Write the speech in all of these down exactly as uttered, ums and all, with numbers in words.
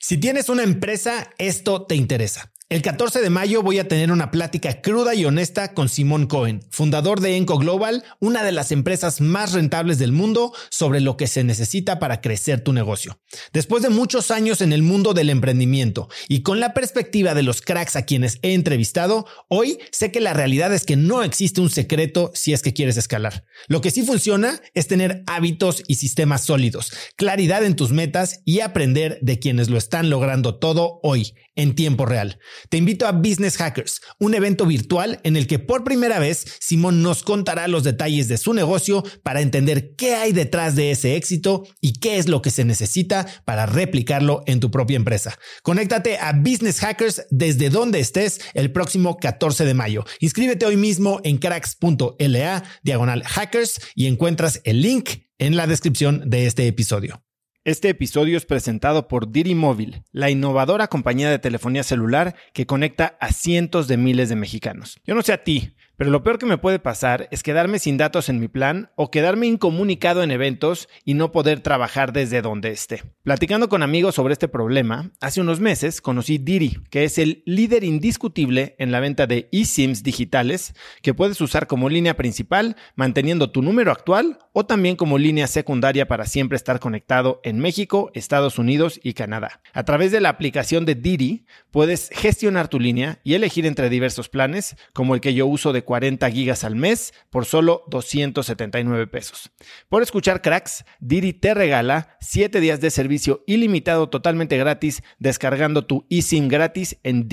Si tienes una empresa, esto te interesa. El catorce de mayo voy a tener una plática cruda y honesta con Simón Cohen, fundador de Enco Global, una de las empresas más rentables del mundo, sobre lo que se necesita para crecer tu negocio. Después de muchos años en el mundo del emprendimiento y con la perspectiva de los cracks a quienes he entrevistado, hoy sé que la realidad es que no existe un secreto si es que quieres escalar. Lo que sí funciona es tener hábitos y sistemas sólidos, claridad en tus metas y aprender de quienes lo están logrando todo hoy, en tiempo real. Te invito a Business Hackers, un evento virtual en el que por primera vez Simón nos contará los detalles de su negocio para entender qué hay detrás de ese éxito y qué es lo que se necesita para replicarlo en tu propia empresa. Conéctate a Business Hackers desde donde estés el próximo catorce de mayo. Inscríbete hoy mismo en cracks.la diagonal hackers y encuentras el link en la descripción de este episodio. Este episodio es presentado por Didi Móvil, la innovadora compañía de telefonía celular que conecta a cientos de miles de mexicanos. Yo no sé a ti, pero lo peor que me puede pasar es quedarme sin datos en mi plan o quedarme incomunicado en eventos y no poder trabajar desde donde esté. Platicando con amigos sobre este problema, hace unos meses conocí Didi, que es el líder indiscutible en la venta de eSIMs digitales que puedes usar como línea principal, manteniendo tu número actual o también como línea secundaria para siempre estar conectado en México, Estados Unidos y Canadá. A través de la aplicación de Didi, puedes gestionar tu línea y elegir entre diversos planes, como el que yo uso de cuarenta gigas al mes por solo doscientos setenta y nueve pesos. Por escuchar Cracks, Didi te regala siete días de servicio ilimitado totalmente gratis descargando tu eSIM gratis en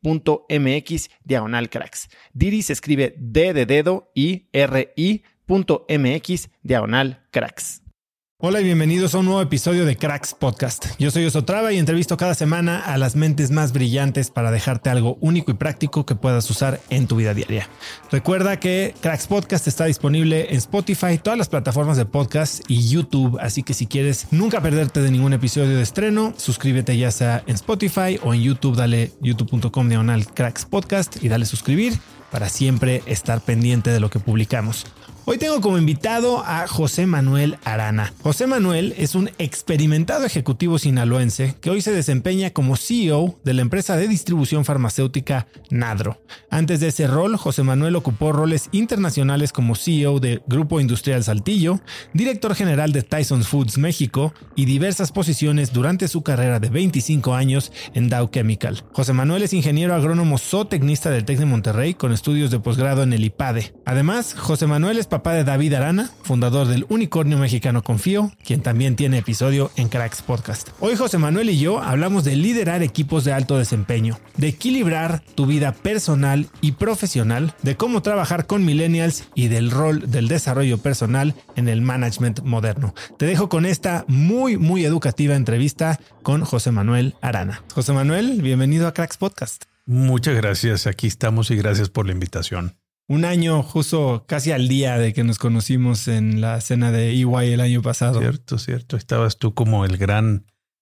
didi.mx diagonal cracks. Didi se escribe D de dedo y R I punto MX diagonal cracks. Hola y bienvenidos a un nuevo episodio de Cracks Podcast. Yo soy Osotrava y entrevisto cada semana a las mentes más brillantes para dejarte algo único y práctico que puedas usar en tu vida diaria. Recuerda que Cracks Podcast está disponible en Spotify, todas las plataformas de podcast y YouTube, así que si quieres nunca perderte de ningún episodio de estreno, suscríbete ya sea en Spotify o en YouTube, dale youtube.com diagonal Cracks Podcast y dale suscribir para siempre estar pendiente de lo que publicamos. Hoy tengo como invitado a José Manuel Arana. José Manuel es un experimentado ejecutivo sinaloense que hoy se desempeña como C E O de la empresa de distribución farmacéutica Nadro. Antes de ese rol, José Manuel ocupó roles internacionales como C E O de Grupo Industrial Saltillo, director general de Tyson Foods México y diversas posiciones durante su carrera de veinticinco años en Dow Chemical. José Manuel es ingeniero agrónomo zootecnista del TEC de Monterrey con estudios de posgrado en el IPADE. Además, José Manuel es papá de David Arana, fundador del unicornio mexicano Confío, quien también tiene episodio en Cracks Podcast. Hoy José Manuel y yo hablamos de liderar equipos de alto desempeño, de equilibrar tu vida personal y profesional, de cómo trabajar con millennials y del rol del desarrollo personal en el management moderno. Te dejo con esta muy, muy educativa entrevista con José Manuel Arana. José Manuel, bienvenido a Cracks Podcast. Muchas gracias, aquí estamos y gracias por la invitación. Un año justo casi al día de que nos conocimos en la cena de E Y el año pasado. Cierto, cierto. Estabas tú como el gran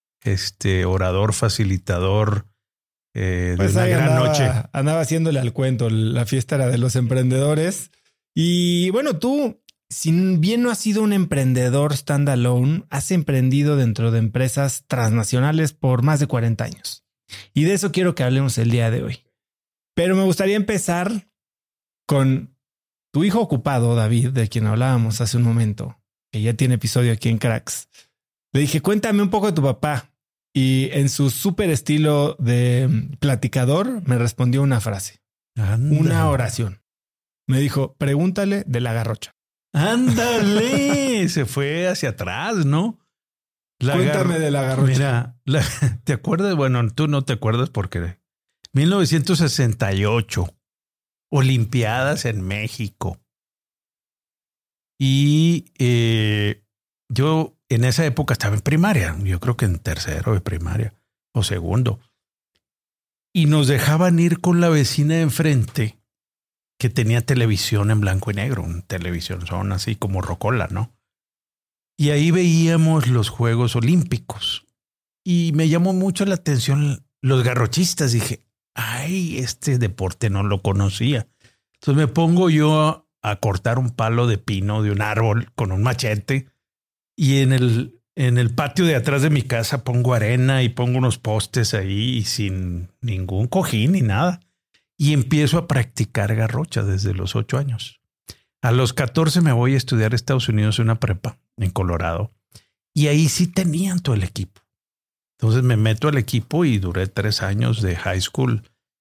este, orador, facilitador eh, de pues una gran andaba, noche. Andaba haciéndole al cuento. La fiesta era de los emprendedores. Y bueno, tú, si bien no has sido un emprendedor standalone, has emprendido dentro de empresas transnacionales por más de cuarenta años. Y de eso quiero que hablemos el día de hoy. Pero me gustaría empezar con tu hijo ocupado, David, de quien hablábamos hace un momento, que ya tiene episodio aquí en Cracks. Le dije, cuéntame un poco de tu papá. Y en su súper estilo de platicador me respondió una frase. Anda. Una oración. Me dijo, pregúntale de la garrocha. ¡Ándale! Se fue hacia atrás, ¿no? La Cuéntame gar... de la garrocha. Mira, la... ¿te acuerdas? Bueno, tú no te acuerdas porque mil novecientos sesenta y ocho. Olimpiadas en México. Y eh, yo en esa época estaba en primaria. Yo creo que en tercero de primaria o segundo. Y nos dejaban ir con la vecina de enfrente que tenía televisión en blanco y negro. Un televisión son así como rocola, ¿no? Y ahí veíamos los Juegos Olímpicos. Y me llamó mucho la atención los garrochistas. Dije, ay, este deporte no lo conocía. Entonces me pongo yo a, a cortar un palo de pino de un árbol con un machete y en el En el patio de atrás de mi casa pongo arena y pongo unos postes ahí sin ningún cojín ni nada. Y empiezo a practicar garrocha desde los ocho años. A los catorce me voy a estudiar a Estados Unidos en una prepa en Colorado. Y ahí sí tenían todo el equipo. Entonces me meto al equipo y duré tres años de high school,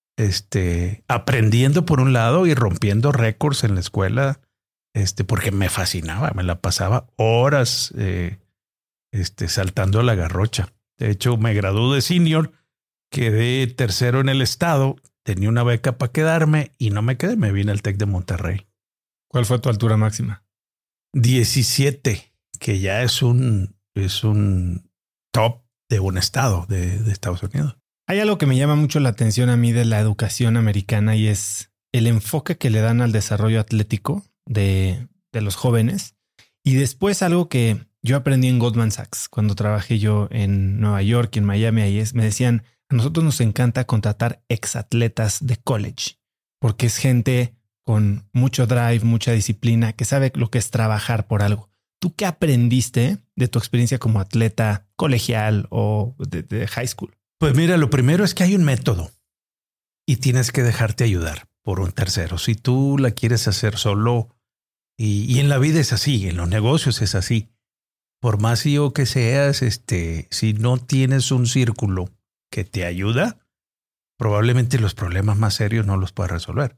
este, aprendiendo por un lado y rompiendo récords en la escuela, este, porque me fascinaba, me la pasaba horas eh, este, saltando a la garrocha. De hecho, me gradué de senior, quedé tercero en el estado, tenía una beca para quedarme y no me quedé, me vine al Tec de Monterrey. ¿Cuál fue tu altura máxima? diecisiete, que ya es un, es un top de un estado de, de Estados Unidos. Hay algo que me llama mucho la atención a mí de la educación americana y es el enfoque que le dan al desarrollo atlético de, de los jóvenes. Y después algo que yo aprendí en Goldman Sachs cuando trabajé yo en Nueva York y en Miami, ahí es, me decían, a nosotros nos encanta contratar exatletas de college porque es gente con mucho drive, mucha disciplina, que sabe lo que es trabajar por algo. ¿Tú qué aprendiste de tu experiencia como atleta colegial o de, de high school? Pues mira, lo primero es que hay un método y tienes que dejarte ayudar por un tercero. Si tú la quieres hacer solo, y, y en la vida es así, en los negocios es así. Por más C E O que seas, este, si no tienes un círculo que te ayuda, probablemente los problemas más serios no los puedas resolver.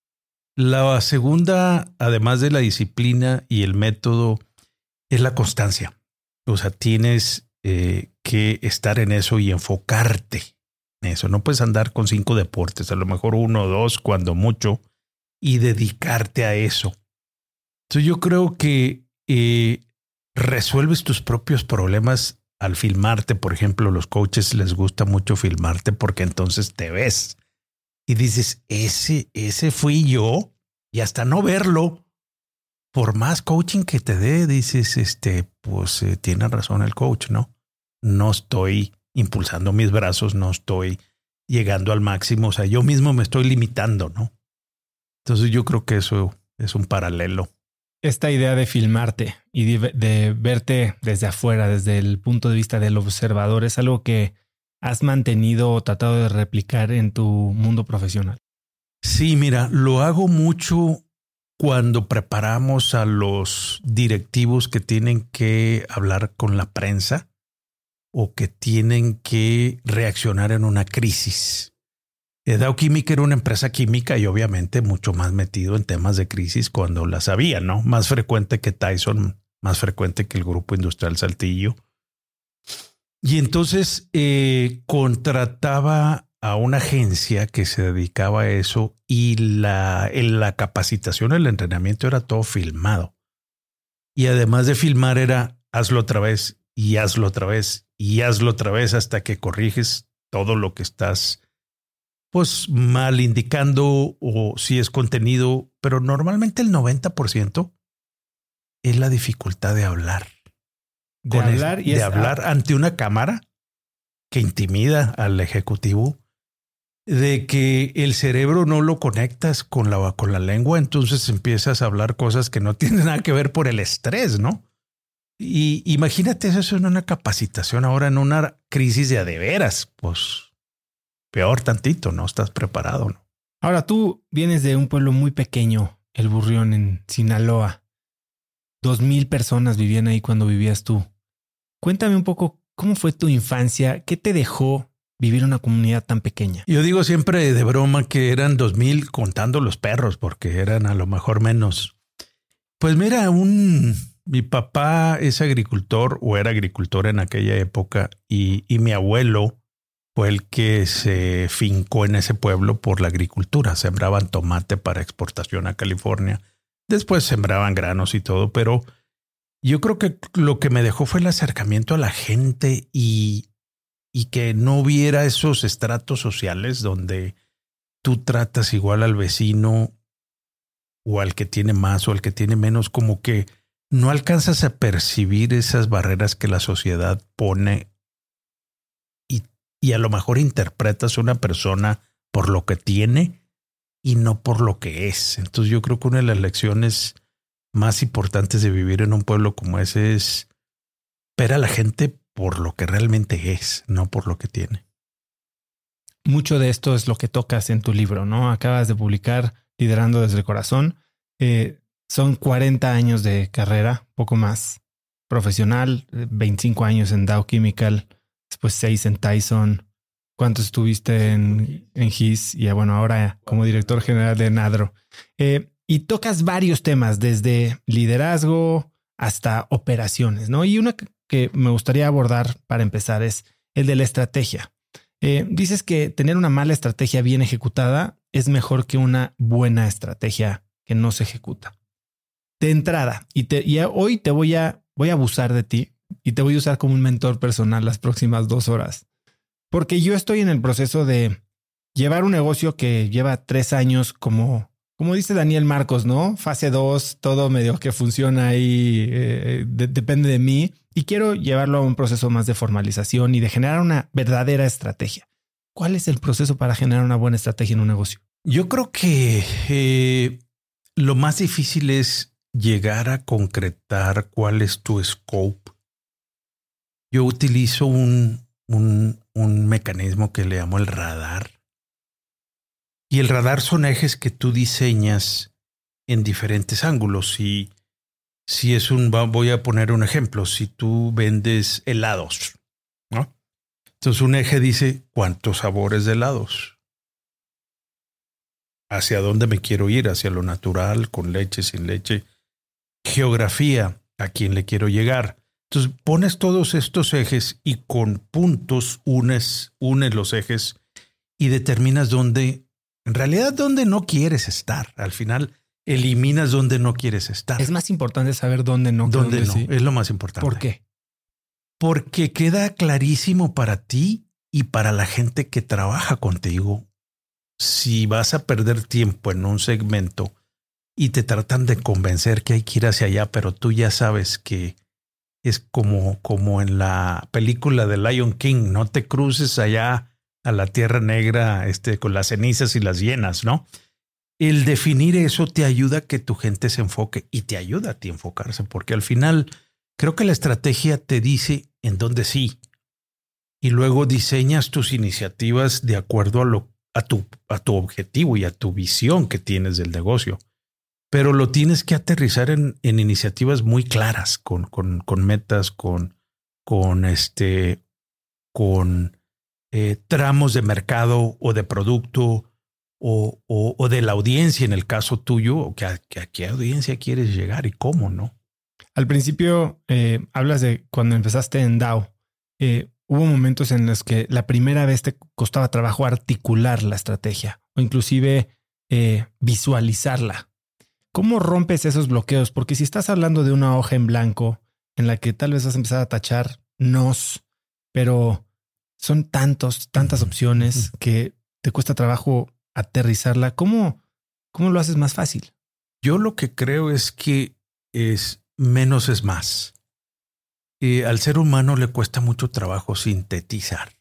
La segunda, además de la disciplina y el método, es la constancia. O sea, tienes eh, que estar en eso y enfocarte en eso. No puedes andar con cinco deportes, a lo mejor uno o dos, cuando mucho, y dedicarte a eso. Entonces yo creo que eh, resuelves tus propios problemas al filmarte. Por ejemplo, los coaches les gusta mucho filmarte porque entonces te ves y dices, ese, ese fui yo, y hasta no verlo. Por más coaching que te dé, dices, este, pues eh, tiene razón el coach, ¿no? No estoy impulsando mis brazos, no estoy llegando al máximo. O sea, yo mismo me estoy limitando, ¿no? Entonces yo creo que eso es un paralelo. Esta idea de filmarte y de, de verte desde afuera, desde el punto de vista del observador, es algo que has mantenido o tratado de replicar en tu mundo profesional. Sí, mira, lo hago mucho cuando preparamos a los directivos que tienen que hablar con la prensa o que tienen que reaccionar en una crisis. Dow Química era una empresa química y obviamente mucho más metido en temas de crisis cuando las había, ¿no? Más frecuente que Tyson, más frecuente que el Grupo Industrial Saltillo. Y entonces eh, contrataba a una agencia que se dedicaba a eso y la, la capacitación, el entrenamiento era todo filmado. Y además de filmar era hazlo otra vez y hazlo otra vez y hazlo otra vez hasta que corriges todo lo que estás pues mal indicando o si es contenido, pero normalmente el noventa por ciento es la dificultad de hablar. De Con hablar es, y de es, hablar ante una cámara que intimida al ejecutivo, de que el cerebro no lo conectas con la, con la lengua, entonces empiezas a hablar cosas que no tienen nada que ver por el estrés, ¿no? Y imagínate eso en una capacitación ahora en una crisis de a de veras, pues peor tantito, no estás preparado, ¿no? Ahora tú vienes de un pueblo muy pequeño, El Burrión, en Sinaloa. Dos mil personas vivían ahí cuando vivías tú. Cuéntame un poco cómo fue tu infancia, qué te dejó vivir en una comunidad tan pequeña. Yo digo siempre de broma que eran dos mil contando los perros, porque eran a lo mejor menos. Pues mira, un mi papá es agricultor o era agricultor en aquella época y, y mi abuelo fue el que se fincó en ese pueblo por la agricultura. Sembraban tomate para exportación a California. Después sembraban granos y todo, pero yo creo que lo que me dejó fue el acercamiento a la gente y, y que no hubiera esos estratos sociales donde tú tratas igual al vecino o al que tiene más o al que tiene menos, como que no alcanzas a percibir esas barreras que la sociedad pone y, y a lo mejor interpretas a una persona por lo que tiene y no por lo que es. Entonces yo creo que una de las lecciones más importantes de vivir en un pueblo como ese es espera la gente por lo que realmente es, no por lo que tiene. Mucho de esto es lo que tocas en tu libro, ¿no? Acabas de publicar Liderando desde el Corazón. Eh, son cuarenta años de carrera, poco más profesional, veinticinco años en Dow Chemical, después seis en Tyson. ¿Cuántos estuviste en, en G I S? Y bueno, ahora como director general de Nadro. Eh, y tocas varios temas, desde liderazgo hasta operaciones, ¿no? Y una que me gustaría abordar para empezar es el de la estrategia. Eh, dices que tener una mala estrategia bien ejecutada es mejor que una buena estrategia que no se ejecuta. De entrada, y, te, y hoy te voy a, voy a abusar de ti y te voy a usar como un mentor personal las próximas dos horas. Porque yo estoy en el proceso de llevar un negocio que lleva tres años como, como dice Daniel Marcos, ¿no? Fase dos, todo medio que funciona ahí, eh, de, depende de mí. Y quiero llevarlo a un proceso más de formalización y de generar una verdadera estrategia. ¿Cuál es el proceso para generar una buena estrategia en un negocio? Yo creo que eh, lo más difícil es llegar a concretar cuál es tu scope. Yo utilizo un, un, un mecanismo que le llamo el radar. Y el radar son ejes que tú diseñas en diferentes ángulos. Y si es un, voy a poner un ejemplo, si tú vendes helados, ¿no? Entonces un eje dice cuántos sabores de helados, hacia dónde me quiero ir, hacia lo natural, con leche, sin leche, geografía, a quién le quiero llegar. Entonces pones todos estos ejes y con puntos unes, unes los ejes y determinas dónde, en realidad dónde no quieres estar. Al final eliminas dónde no quieres estar. Es más importante saber dónde no. Dónde, dónde no, sí. Es lo más importante. ¿Por qué? Porque queda clarísimo para ti y para la gente que trabaja contigo. Si vas a perder tiempo en un segmento y te tratan de convencer que hay que ir hacia allá, pero tú ya sabes que es como, como en la película de Lion King, no te cruces allá a la Tierra Negra este, con las cenizas y las hienas, ¿no? El definir eso te ayuda a que tu gente se enfoque y te ayuda a ti a enfocarse, porque al final creo que la estrategia te dice en dónde sí y luego diseñas tus iniciativas de acuerdo a, lo, a, tu, a tu objetivo y a tu visión que tienes del negocio. Pero lo tienes que aterrizar en, en iniciativas muy claras, con, con, con metas, con, con, este, con eh, tramos de mercado o de producto o, o, o de la audiencia en el caso tuyo, que a, que a qué audiencia quieres llegar y cómo, ¿no? Al principio eh, hablas de cuando empezaste en Dow. Eh, hubo momentos en los que la primera vez te costaba trabajo articular la estrategia o inclusive eh, visualizarla. ¿Cómo rompes esos bloqueos? Porque si estás hablando de una hoja en blanco en la que tal vez vas a empezar a tachar nos, pero son tantos, tantas opciones que te cuesta trabajo aterrizarla. ¿Cómo, cómo lo haces más fácil? Yo lo que creo es que es menos es más. Eh, al ser humano le cuesta mucho trabajo sintetizar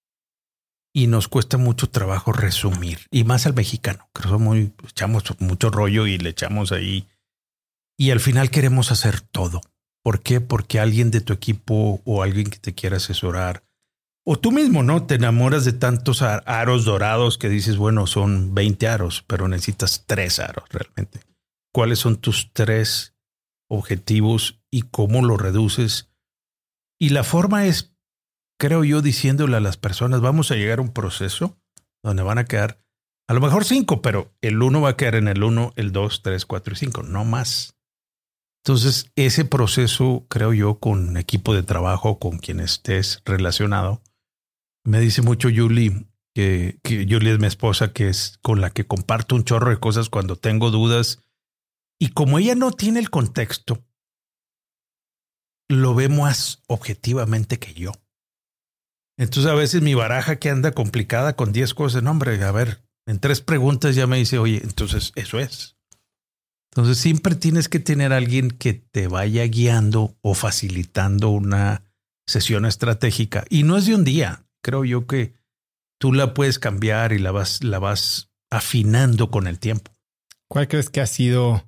y nos cuesta mucho trabajo resumir, y más al mexicano, que somos muy, echamos mucho rollo y le echamos ahí y al final queremos hacer todo. ¿Por qué? Porque alguien de tu equipo o alguien que te quiera asesorar o tú mismo, ¿no? Te enamoras de tantos aros dorados que dices, bueno, son veinte aros, pero necesitas tres aros realmente. ¿Cuáles son tus tres objetivos y cómo lo reduces? Y la forma es, creo yo, diciéndole a las personas, vamos a llegar a un proceso donde van a quedar a lo mejor cinco, pero el uno va a quedar en el uno, el dos, tres, cuatro y cinco, no más. Entonces, ese proceso, creo yo, con equipo de trabajo, con quien estés relacionado, me dice mucho Julie, que, que Julie es mi esposa, que es con la que comparto un chorro de cosas cuando tengo dudas. Y como ella no tiene el contexto, lo ve más objetivamente que yo. Entonces a veces mi baraja que anda complicada con diez cosas, no hombre, a ver, en tres preguntas ya me dice, oye, entonces eso es. Entonces siempre tienes que tener a alguien que te vaya guiando o facilitando una sesión estratégica. Y no es de un día. Creo yo que tú la puedes cambiar y la vas, la vas afinando con el tiempo. ¿Cuál crees que ha sido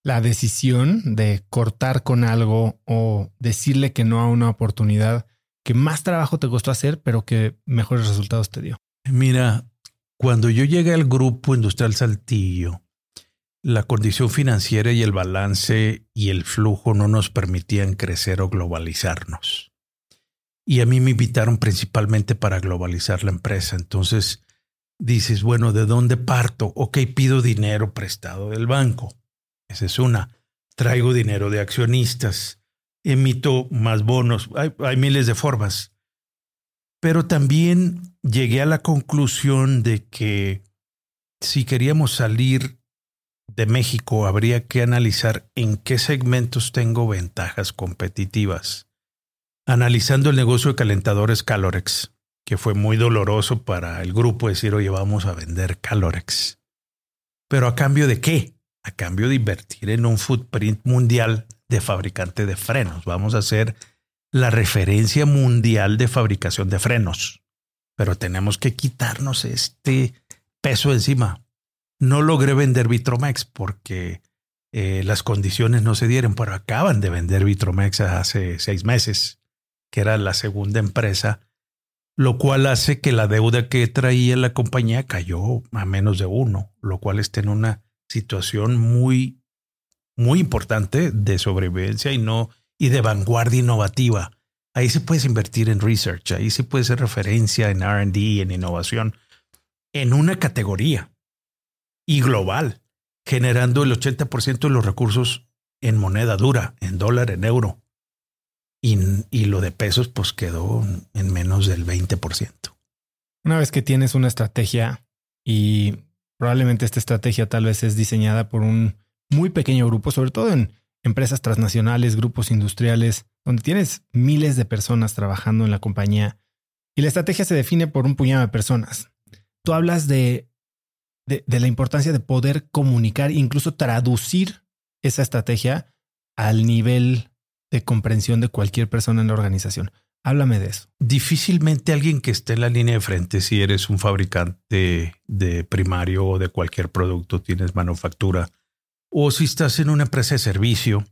la decisión de cortar con algo o decirle que no a una oportunidad que más trabajo te costó hacer, pero que mejores resultados te dio? Mira, cuando yo llegué al Grupo Industrial Saltillo, la condición financiera y el balance y el flujo no nos permitían crecer o globalizarnos. Y a mí me invitaron principalmente para globalizar la empresa. Entonces dices, bueno, ¿de dónde parto? Ok, pido dinero prestado del banco. Esa es una. Traigo dinero de accionistas. Emito más bonos. Hay, hay miles de formas. Pero también llegué a la conclusión de que si queríamos salir de México, habría que analizar en qué segmentos tengo ventajas competitivas. Analizando el negocio de calentadores Calorex, que fue muy doloroso para el grupo decir, oye, vamos a vender Calorex. ¿Pero a cambio de qué? A cambio de invertir en un footprint mundial de fabricante de frenos. Vamos a ser la referencia mundial de fabricación de frenos. Pero tenemos que quitarnos este peso encima. No logré vender Vitromex porque eh, las condiciones no se dieron, pero acaban de vender Vitromex hace seis meses, que era la segunda empresa, lo cual hace que la deuda que traía la compañía cayó a menos de uno, lo cual está en una situación muy, muy importante de sobrevivencia y no y de vanguardia innovativa. Ahí se puede invertir en research, ahí se puede hacer referencia en R and D, en innovación, en una categoría y global, generando el ochenta por ciento de los recursos en moneda dura, en dólar, en euro. Y, y lo de pesos pues quedó en menos del veinte por ciento. Una vez que tienes una estrategia y probablemente esta estrategia tal vez es diseñada por un muy pequeño grupo, sobre todo en empresas transnacionales, grupos industriales, donde tienes miles de personas trabajando en la compañía y la estrategia se define por un puñado de personas. Tú hablas de, de, de la importancia de poder comunicar e incluso traducir esa estrategia al nivel de comprensión de cualquier persona en la organización. Háblame de eso. Difícilmente alguien que esté en la línea de frente, si eres un fabricante de primario o de cualquier producto, tienes manufactura, o si estás en una empresa de servicio,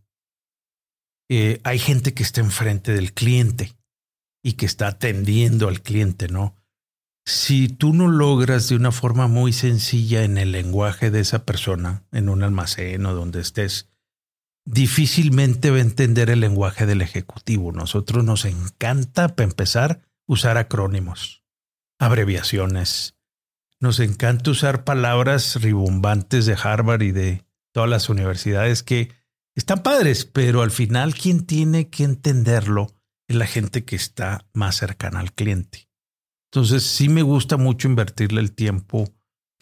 eh, hay gente que está enfrente del cliente y que está atendiendo al cliente, ¿no? Si tú no logras de una forma muy sencilla en el lenguaje de esa persona, en un almacén o donde estés, difícilmente va a entender el lenguaje del ejecutivo. Nosotros nos encanta, para empezar, usar acrónimos, abreviaciones. Nos encanta usar palabras ribombantes de Harvard y de todas las universidades que están padres, pero al final quien tiene que entenderlo es la gente que está más cercana al cliente. Entonces sí me gusta mucho invertirle el tiempo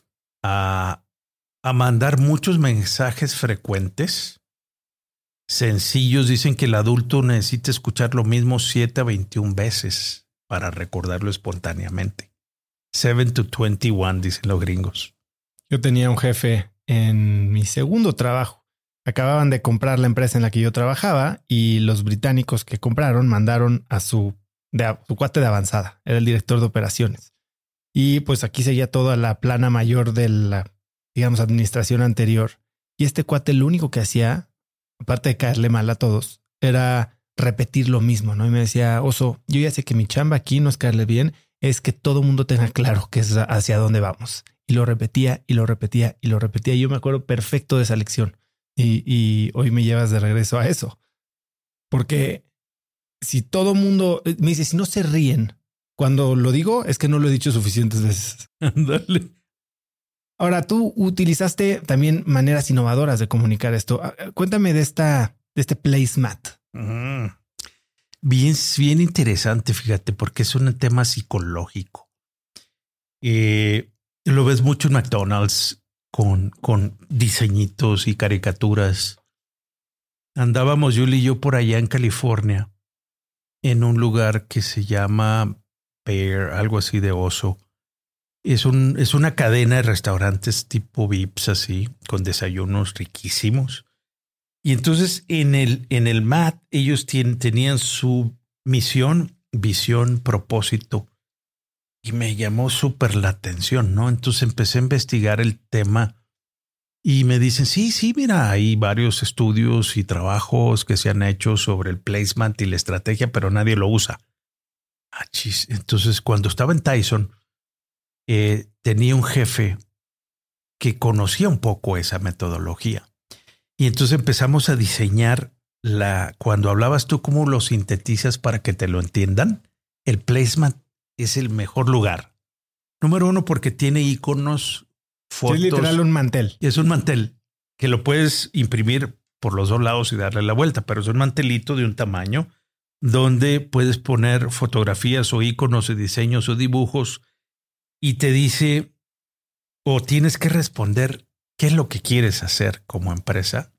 a, a mandar muchos mensajes frecuentes, sencillos. Dicen que el adulto necesita escuchar lo mismo siete a veintiuna veces para recordarlo espontáneamente. seven to twenty-one, dicen los gringos. Yo tenía un jefe en mi segundo trabajo. Acababan de comprar la empresa en la que yo trabajaba y los británicos que compraron mandaron a su, de, a su cuate de avanzada. Era el director de operaciones. Y pues aquí seguía toda la plana mayor de la, digamos, administración anterior. Y este cuate lo único que hacía, aparte de caerle mal a todos, era repetir lo mismo, ¿no? Y me decía, Oso, yo ya sé que mi chamba aquí no es caerle bien, es que todo mundo tenga claro que es hacia dónde vamos. Y lo repetía y lo repetía y lo repetía. Y yo me acuerdo perfecto de esa lección. Y, y hoy me llevas de regreso a eso. Porque si todo mundo me dice, si no se ríen cuando lo digo, es que no lo he dicho suficientes veces. Dale. Ahora, tú utilizaste también maneras innovadoras de comunicar esto. Cuéntame de esta, de este placemat. Mm. Bien, bien interesante, fíjate, porque es un tema psicológico. Eh, lo ves mucho en McDonald's con, con diseñitos y caricaturas. Andábamos Yuli y yo por allá en California, en un lugar que se llama Bear, algo así de oso. Es, un, es una cadena de restaurantes tipo Vips, así, con desayunos riquísimos. Y entonces en el, en el M A T ellos tienen, tenían su misión, visión, propósito. Y me llamó súper la atención, ¿no? Entonces empecé a investigar el tema Y me dicen, sí, sí, mira, hay varios estudios y trabajos que se han hecho sobre el placement y la estrategia, pero nadie lo usa. Ah, chis. Entonces, cuando estaba en Tyson, eh, tenía un jefe que conocía un poco esa metodología. Y entonces empezamos a diseñar la, cuando hablabas tú, cómo lo sintetizas para que te lo entiendan. El placement es el mejor lugar. Número uno, porque tiene iconos, fotos. Es literal un mantel. Es un mantel que lo puedes imprimir por los dos lados y darle la vuelta, pero es un mantelito de un tamaño donde puedes poner fotografías o iconos o diseños o dibujos y te dice o tienes que responder qué es lo que quieres hacer como empresa,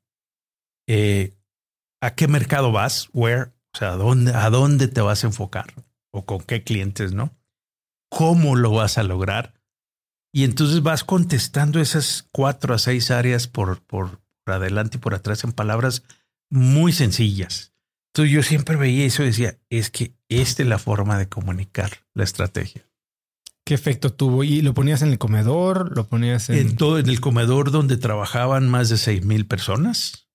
eh, a qué mercado vas, where, o sea, a dónde, a dónde te vas a enfocar o con qué clientes, ¿no? ¿Cómo lo vas a lograr? Y entonces vas contestando esas cuatro a seis áreas por, por, por adelante y por atrás en palabras muy sencillas. Entonces yo siempre veía eso y decía, es que esta es la forma de comunicar la estrategia. ¿Qué efecto tuvo? ¿Y lo ponías en el comedor? ¿Lo ponías en...? En todo, en el comedor donde trabajaban más de seis mil personas.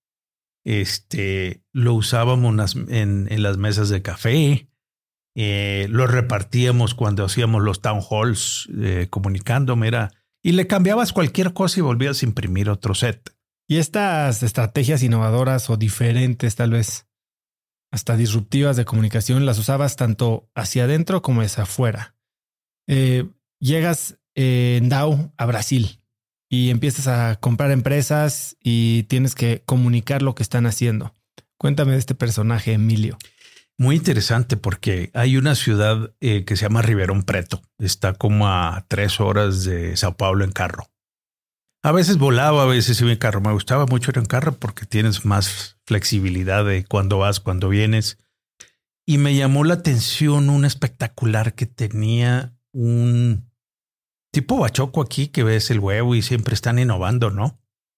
Este, lo usábamos en, en las mesas de café. Eh, lo repartíamos cuando hacíamos los town halls, eh, comunicando, mira, y le cambiabas cualquier cosa y volvías a imprimir otro set. Y estas estrategias innovadoras o diferentes, tal vez hasta disruptivas de comunicación, las usabas tanto hacia adentro como hacia afuera. Eh, llegas eh, en Dow a Brasil y empiezas a comprar empresas y tienes que comunicar lo que están haciendo. Cuéntame de este personaje, Emilio. Muy interesante porque hay una ciudad eh, que se llama Ribeirão Preto. Está como a tres horas de Sao Paulo en carro. A veces volaba, a veces iba en carro. Me gustaba mucho ir en carro porque tienes más flexibilidad de cuándo vas, cuándo vienes. Y me llamó la atención un espectacular que tenía un tipo bachoco aquí que ves el huevo y siempre están innovando, ¿no?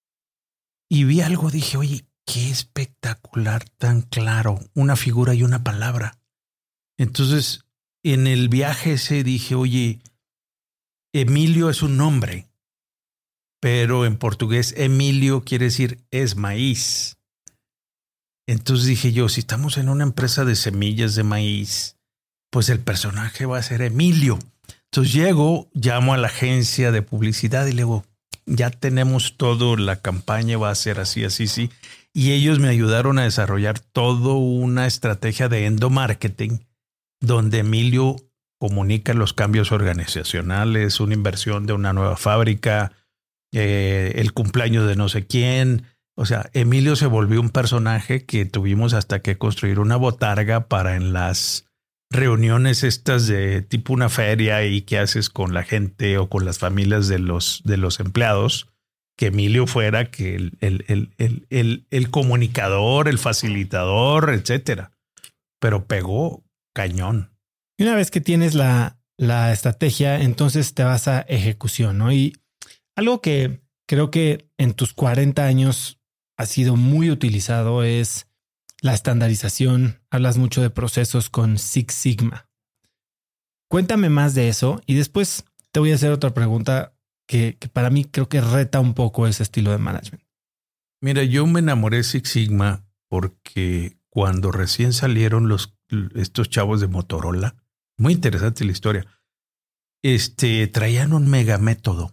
Y vi algo, dije, oye, qué espectacular, tan claro, una figura y una palabra. Entonces, en el viaje ese dije, oye, Emilio es un nombre, pero en portugués Emilio quiere decir es maíz. Entonces dije yo, si estamos en una empresa de semillas de maíz, pues el personaje va a ser Emilio. Entonces llego, llamo a la agencia de publicidad y le digo, ya tenemos todo, la campaña va a ser así, así, sí. Y ellos me ayudaron a desarrollar toda una estrategia de endomarketing donde Emilio comunica los cambios organizacionales, una inversión de una nueva fábrica, eh, el cumpleaños de no sé quién. O sea, Emilio se volvió un personaje que tuvimos hasta que construir una botarga para en las reuniones estas de tipo una feria y qué haces con la gente o con las familias de los, de los empleados. Que Emilio fuera que el, el, el, el, el, el comunicador, el facilitador, etcétera. Pero pegó cañón. Y una vez que tienes la, la estrategia, entonces te vas a ejecución, ¿no? Y algo que creo que en tus cuarenta años ha sido muy utilizado es la estandarización. Hablas mucho de procesos con Six Sigma. Cuéntame más de eso y después te voy a hacer otra pregunta Que, que para mí creo que reta un poco ese estilo de management. Mira, yo me enamoré de Six Sigma porque cuando recién salieron los, estos chavos de Motorola, muy interesante la historia, este, traían un mega método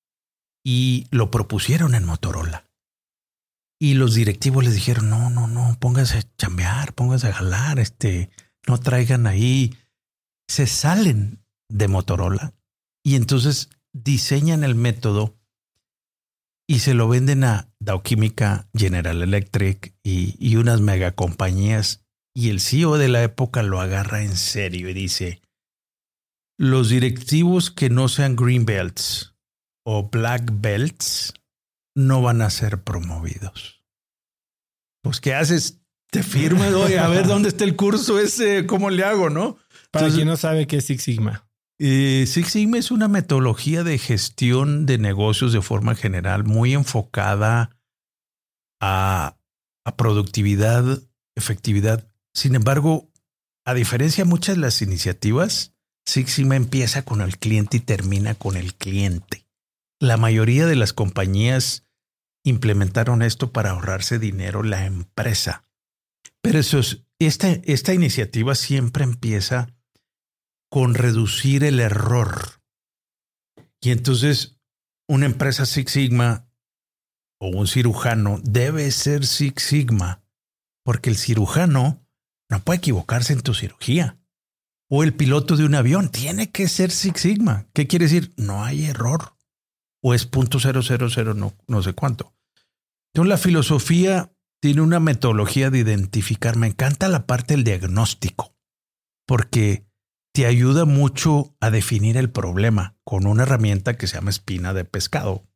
y lo propusieron en Motorola. Y los directivos les dijeron, no, no, no, pónganse a chambear, pónganse a jalar, este, no traigan ahí. Se salen de Motorola y entonces diseñan el método y se lo venden a Dow Química, General Electric y, y unas megacompañías. Y el C E O de la época lo agarra en serio y dice, los directivos que no sean Green Belts o Black Belts no van a ser promovidos. Pues, ¿qué haces? Te firmas, oye, a ver dónde está el curso ese, ¿cómo le hago, no? Para Entonces, quien no sabe qué es Six Sigma. Eh, Six Sigma es una metodología de gestión de negocios de forma general muy enfocada a, a productividad, efectividad. Sin embargo, a diferencia de muchas de las iniciativas, Six Sigma empieza con el cliente y termina con el cliente. La mayoría de las compañías implementaron esto para ahorrarse dinero la empresa. Pero eso es, esta, esta iniciativa siempre empieza con reducir el error. Y entonces una empresa Six Sigma o un cirujano debe ser Six Sigma, porque el cirujano no puede equivocarse en tu cirugía. O el piloto de un avión tiene que ser Six Sigma. ¿Qué quiere decir? No hay error. O es punto cero cero cero no, no sé cuánto. Entonces la filosofía tiene una metodología de identificar. Me encanta la parte del diagnóstico, porque te ayuda mucho a definir el problema con una herramienta que se llama espina de pescado.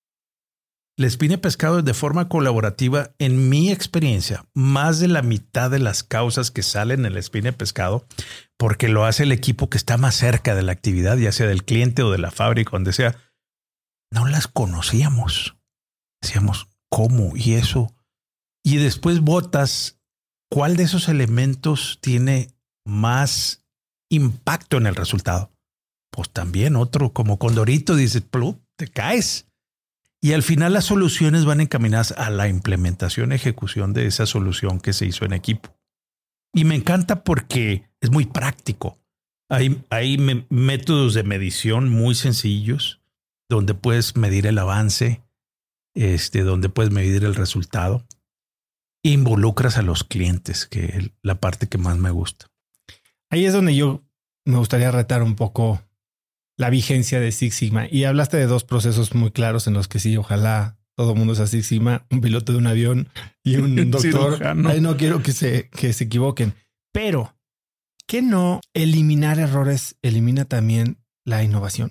La espina de pescado es de forma colaborativa, en mi experiencia, más de la mitad de las causas que salen en la espina de pescado, porque lo hace el equipo que está más cerca de la actividad, ya sea del cliente o de la fábrica, donde sea, no las conocíamos. Decíamos, ¿cómo? ¿Y eso? Y después votas, ¿cuál de esos elementos tiene más impacto en el resultado? Pues también otro, como Condorito, dice, plum, te caes. Y al final las soluciones van encaminadas a la implementación, ejecución de esa solución que se hizo en equipo. Y me encanta porque es muy práctico. Hay, hay me- métodos de medición muy sencillos donde puedes medir el avance, este, donde puedes medir el resultado. Involucras a los clientes, que es la parte que más me gusta. Ahí es donde yo me gustaría retar un poco la vigencia de Six Sigma. Y hablaste de dos procesos muy claros en los que sí, ojalá todo el mundo sea Six Sigma, un piloto de un avión y un doctor. Ay, no quiero que se, que se equivoquen. Pero, ¿qué no eliminar errores elimina también la innovación?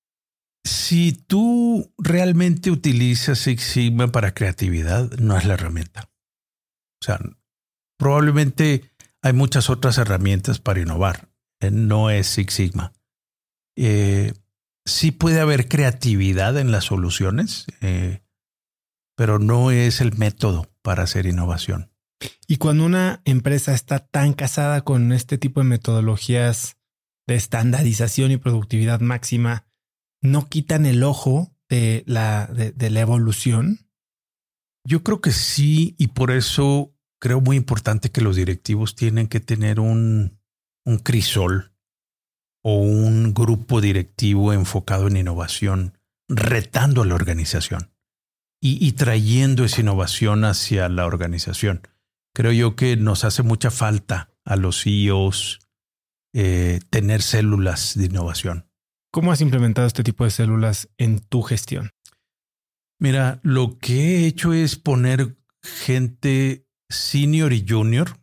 Si tú realmente utilizas Six Sigma para creatividad, no es la herramienta. O sea, probablemente hay muchas otras herramientas para innovar. No es Six Sigma. Eh, sí puede haber creatividad en las soluciones, eh, pero no es el método para hacer innovación. Y cuando una empresa está tan casada con este tipo de metodologías de estandarización y productividad máxima, ¿no quitan el ojo de la, de, de la evolución? Yo creo que sí, y por eso creo muy importante que los directivos tienen que tener un, un crisol o un grupo directivo enfocado en innovación, retando a la organización y, y trayendo esa innovación hacia la organización. Creo yo que nos hace mucha falta a los C E Os eh, tener células de innovación. ¿Cómo has implementado este tipo de células en tu gestión? Mira, lo que he hecho es poner gente senior y junior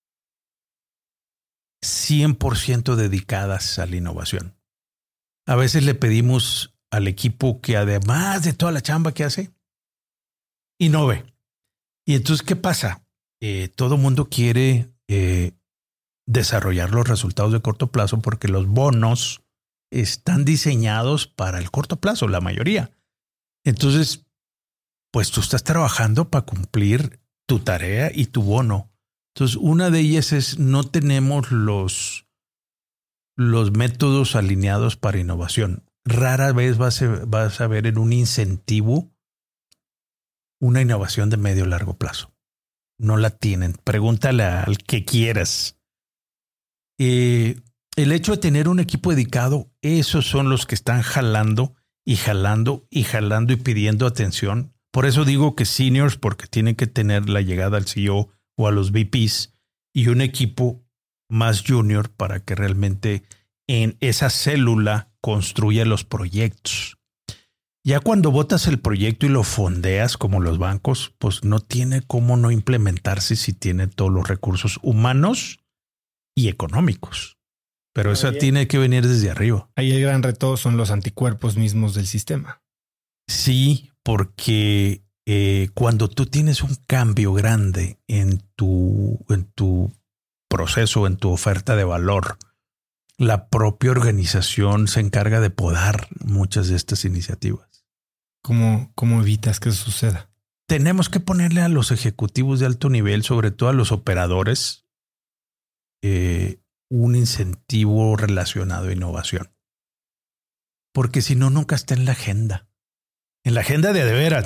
cien por ciento dedicadas a la innovación. A veces le pedimos al equipo que además de toda la chamba que hace, innove. Y entonces, ¿qué pasa? Eh, todo mundo quiere eh, desarrollar los resultados de corto plazo porque los bonos están diseñados para el corto plazo, la mayoría. Entonces, pues tú estás trabajando para cumplir tu tarea y tu bono. Entonces, una de ellas es no tenemos los, los métodos alineados para innovación. Rara vez vas a, vas a ver en un incentivo una innovación de medio o largo plazo. No la tienen. Pregúntale al que quieras. Eh, el hecho de tener un equipo dedicado, esos son los que están jalando y jalando y jalando y pidiendo atención. Por eso digo que seniors, porque tienen que tener la llegada al C E O o a los V Ps y un equipo más junior para que realmente en esa célula construya los proyectos. Ya cuando botas el proyecto y lo fondeas como los bancos, pues no tiene cómo no implementarse si tiene todos los recursos humanos y económicos. Pero eso tiene que venir desde arriba. Ahí el gran reto son los anticuerpos mismos del sistema. Sí, porque eh, cuando tú tienes un cambio grande en tu, en tu proceso, en tu oferta de valor, la propia organización se encarga de podar muchas de estas iniciativas. ¿Cómo, cómo evitas que eso suceda? Tenemos que ponerle a los ejecutivos de alto nivel, sobre todo a los operadores, eh, un incentivo relacionado a innovación. Porque si no, nunca está en la agenda. En la agenda de de veras, ¿no?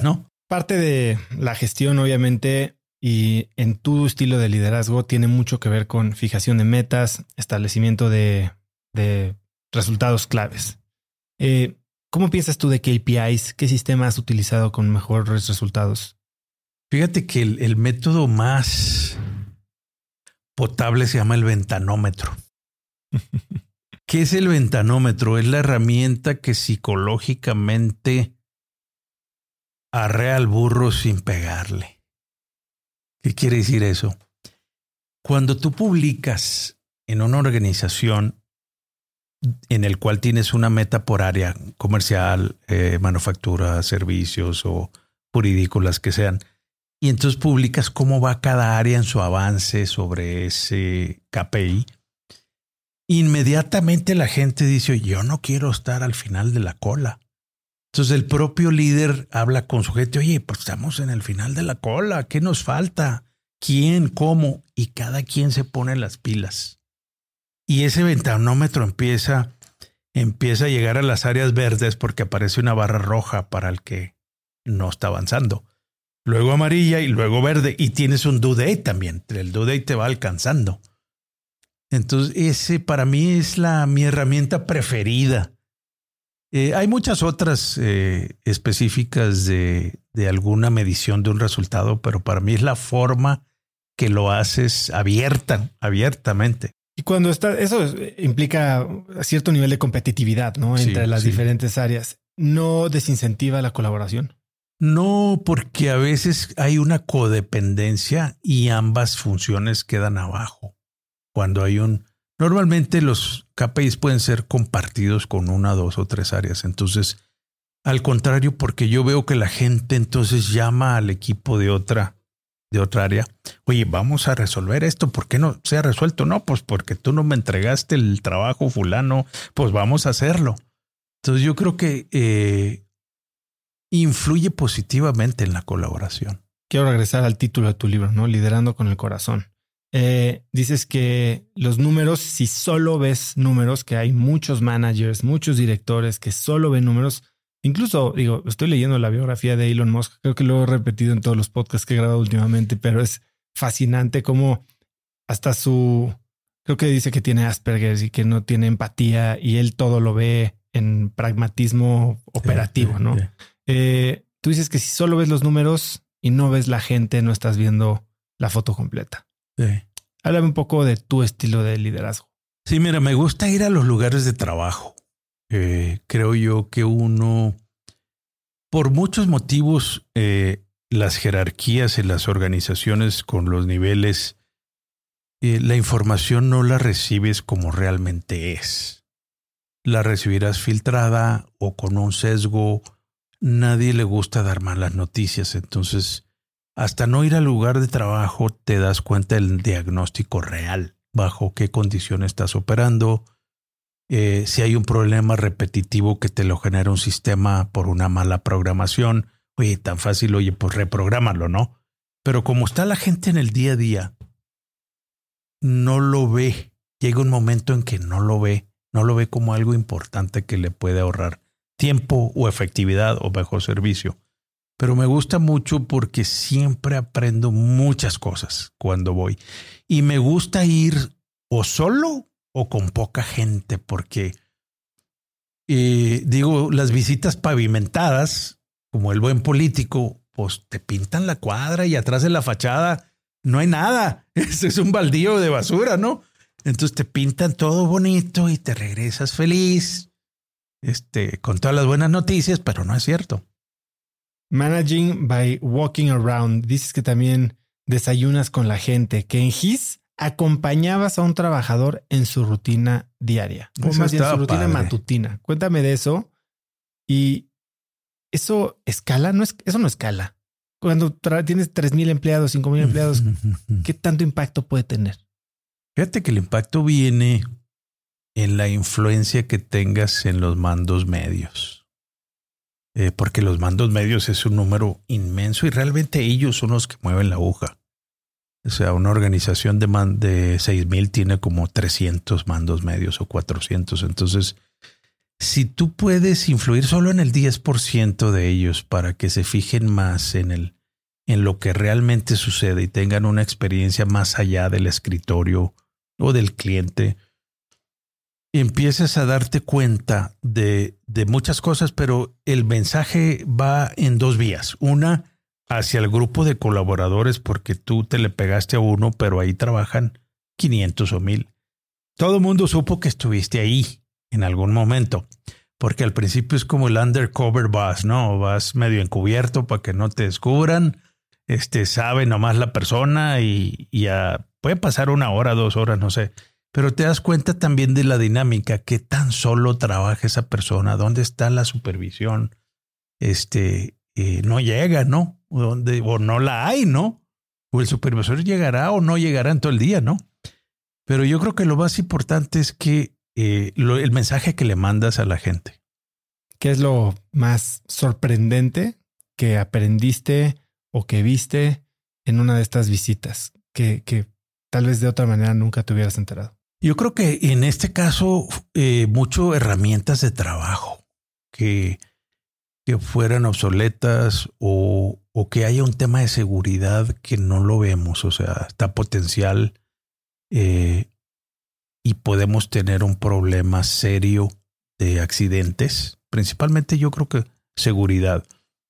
Parte de la gestión, obviamente, y en tu estilo de liderazgo tiene mucho que ver con fijación de metas, establecimiento de, de resultados claves. Eh, ¿Cómo piensas tú de K P Is? ¿Qué sistema has utilizado con mejores resultados? Fíjate que el, el método más potable se llama el ventanómetro. ¿Qué es el ventanómetro? Es la herramienta que psicológicamente arrea al burro sin pegarle. ¿Qué quiere decir eso? Cuando tú publicas en una organización en el cual tienes una meta por área comercial, eh, manufactura, servicios o jurídico, las que sean, y entonces publicas cómo va cada área en su avance sobre ese K P I, inmediatamente la gente dice, yo no quiero estar al final de la cola. Entonces el propio líder habla con su gente, oye, pues estamos en el final de la cola, ¿qué nos falta? ¿Quién? ¿Cómo? Y cada quien se pone las pilas. Y ese ventanómetro empieza, empieza a llegar a las áreas verdes porque aparece una barra roja para el que no está avanzando. Luego amarilla y luego verde. Y tienes un due date también. El due date te va alcanzando. Entonces ese para mí es la, mi herramienta preferida. Eh, hay muchas otras eh, específicas de, de alguna medición de un resultado, pero para mí es la forma que lo haces abierta, abiertamente. Y cuando está, eso implica cierto nivel de competitividad, ¿no? Entre sí, las sí. diferentes áreas. ¿No desincentiva la colaboración? No, porque a veces hay una codependencia y ambas funciones quedan abajo. Cuando hay un... Normalmente los K P Is pueden ser compartidos con una, dos o tres áreas. Entonces, al contrario, porque yo veo que la gente entonces llama al equipo de otra, de otra área. Oye, vamos a resolver esto. ¿Por qué no se ha resuelto? No, pues porque tú no me entregaste el trabajo fulano. Pues vamos a hacerlo. Entonces yo creo que eh, influye positivamente en la colaboración. Quiero regresar al título de tu libro, ¿no? Liderando con el corazón. Eh, dices que los números, si solo ves números, que hay muchos managers, muchos directores que solo ven números. Incluso, digo, estoy leyendo la biografía de Elon Musk. Creo que lo he repetido en todos los podcasts que he grabado últimamente, pero es fascinante cómo hasta su... Creo que dice que tiene Asperger y que no tiene empatía y él todo lo ve en pragmatismo operativo, sí, sí, ¿no? Sí. Eh, tú dices que si solo ves los números y no ves la gente, no estás viendo la foto completa. Sí. Háblame un poco de tu estilo de liderazgo. Sí, mira, me gusta ir a los lugares de trabajo. Eh, creo yo que uno, por muchos motivos, eh, las jerarquías en las organizaciones con los niveles, eh, la información no la recibes como realmente es. La recibirás filtrada o con un sesgo. Nadie le gusta dar malas noticias. Entonces, hasta no ir al lugar de trabajo, te das cuenta del diagnóstico real, bajo qué condición estás operando. Eh, si hay un problema repetitivo que te lo genera un sistema por una mala programación, oye, tan fácil, oye, pues reprográmalo, ¿no? Pero como está la gente en el día a día, no lo ve. Llega un momento en que no lo ve, no lo ve como algo importante que le puede ahorrar tiempo o efectividad o mejor servicio. Pero me gusta mucho porque siempre aprendo muchas cosas cuando voy. Y me gusta ir o solo o con poca gente, porque eh, digo, las visitas pavimentadas, como el buen político, pues te pintan la cuadra y atrás de la fachada no hay nada. Es, es un baldío de basura, ¿no? Entonces te pintan todo bonito y te regresas feliz, este, con todas las buenas noticias, pero no es cierto. Managing by walking around. Dices que también desayunas con la gente, que en His acompañabas a un trabajador en su rutina diaria, o más bien en su rutina padre. matutina. Cuéntame de eso. Y eso escala, no es, eso no escala. Cuando tra- tienes tres mil empleados, cinco mil empleados, ¿qué tanto impacto puede tener? Fíjate que el impacto viene en la influencia que tengas en los mandos medios. Eh, porque los mandos medios es un número inmenso y realmente ellos son los que mueven la aguja. O sea, una organización de, man, de seis mil tiene como trescientos mandos medios o cuatrocientos. Entonces, si tú puedes influir solo en el diez por ciento de ellos para que se fijen más en el, en lo que realmente sucede y tengan una experiencia más allá del escritorio o del cliente, empiezas a darte cuenta de, de muchas cosas, pero el mensaje va en dos vías. Una, hacia el grupo de colaboradores, porque tú te le pegaste a uno, pero ahí trabajan quinientos o mil. Todo el mundo supo que estuviste ahí en algún momento, porque al principio es como el undercover boss, ¿no? Vas medio encubierto para que no te descubran. Este, sabe nomás la persona y, y a, puede pasar una hora, dos horas, no sé. Pero te das cuenta también de la dinámica, qué tan solo trabaja esa persona, dónde está la supervisión, este, eh, no llega, ¿no? O, donde, o no la hay, ¿no? O el supervisor llegará o no llegará en todo el día, ¿no? Pero yo creo que lo más importante es que eh, lo, el mensaje que le mandas a la gente. ¿Qué es lo más sorprendente que aprendiste o que viste en una de estas visitas que, que tal vez de otra manera nunca te hubieras enterado? Yo creo que en este caso, eh, mucho herramientas de trabajo que, que fueran obsoletas o, o que haya un tema de seguridad que no lo vemos. O sea, está potencial eh, y podemos tener un problema serio de accidentes. Principalmente yo creo que seguridad.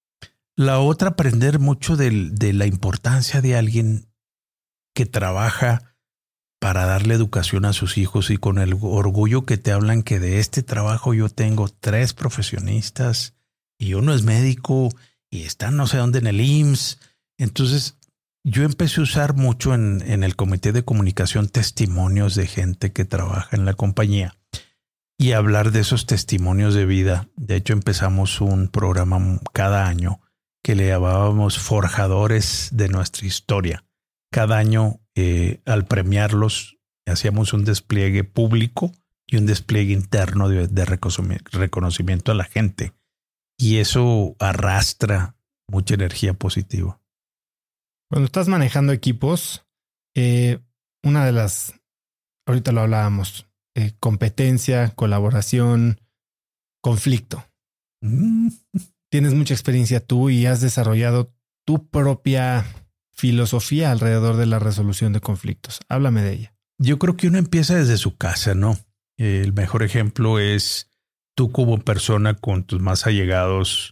La otra, aprender mucho de, de la importancia de alguien que trabaja para darle educación a sus hijos y con el orgullo que te hablan que de este trabajo yo tengo tres profesionistas y uno es médico y está no sé dónde en el I M S S. Entonces yo empecé a usar mucho en, en el comité de comunicación testimonios de gente que trabaja en la compañía y hablar de esos testimonios de vida. De hecho, empezamos un programa cada año que le llamábamos Forjadores de nuestra historia. Cada año, eh, al premiarlos, hacíamos un despliegue público y un despliegue interno de, de reconocimiento a la gente. Y eso arrastra mucha energía positiva. Cuando estás manejando equipos, eh, una de las, ahorita lo hablábamos, eh, competencia, colaboración, conflicto. Mm. Tienes mucha experiencia tú y has desarrollado tu propia filosofía alrededor de la resolución de conflictos. Háblame de ella. Yo creo que uno empieza desde su casa, ¿no? El mejor ejemplo es tú como persona con tus más allegados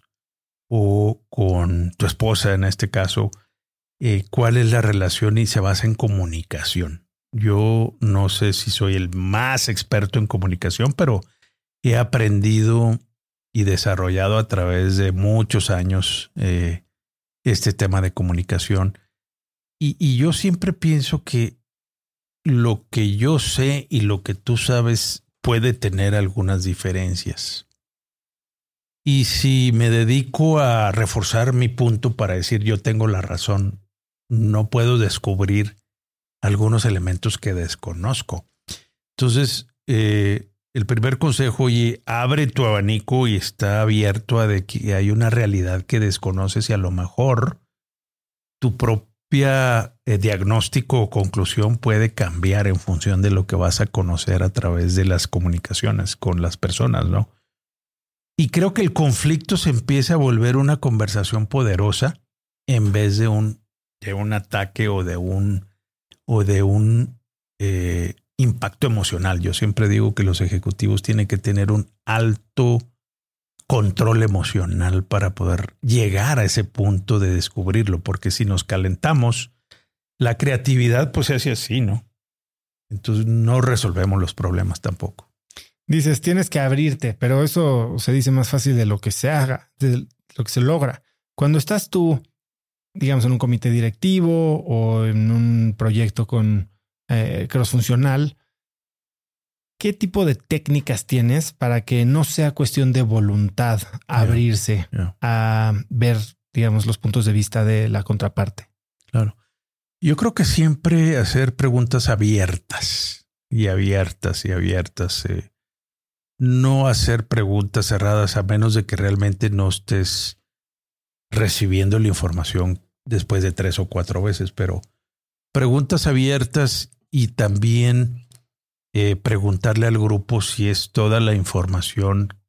o con tu esposa en este caso. Eh, ¿Cuál es la relación? Y se basa en comunicación. Yo no sé si soy el más experto en comunicación, pero he aprendido y desarrollado a través de muchos años eh, este tema de comunicación. Y, y yo siempre pienso que lo que yo sé y lo que tú sabes puede tener algunas diferencias. Y si me dedico a reforzar mi punto para decir yo tengo la razón, no puedo descubrir algunos elementos que desconozco. Entonces, eh, el primer consejo, oye, abre tu abanico y está abierto a de que hay una realidad que desconoces y a lo mejor tu propio Eh, diagnóstico o conclusión puede cambiar en función de lo que vas a conocer a través de las comunicaciones con las personas, ¿no? Y creo que el conflicto se empieza a volver una conversación poderosa en vez de un, de un ataque o de un, o de un eh, impacto emocional. Yo siempre digo que los ejecutivos tienen que tener un alto control emocional para poder llegar a ese punto de descubrirlo, porque si nos calentamos, la creatividad pues se hace así, ¿no? Entonces no resolvemos los problemas tampoco. Dices, tienes que abrirte, pero eso se dice más fácil de lo que se haga, de lo que se logra. Cuando estás tú, digamos, en un comité directivo o en un proyecto con eh, cross-funcional, ¿qué tipo de técnicas tienes para que no sea cuestión de voluntad abrirse yeah, yeah. a ver, digamos, los puntos de vista de la contraparte? Claro. Yo creo que siempre hacer preguntas abiertas y abiertas y abiertas. Eh, no hacer preguntas cerradas a menos de que realmente no estés recibiendo la información después de tres o cuatro veces, pero preguntas abiertas y también Eh, preguntarle al grupo si es toda la información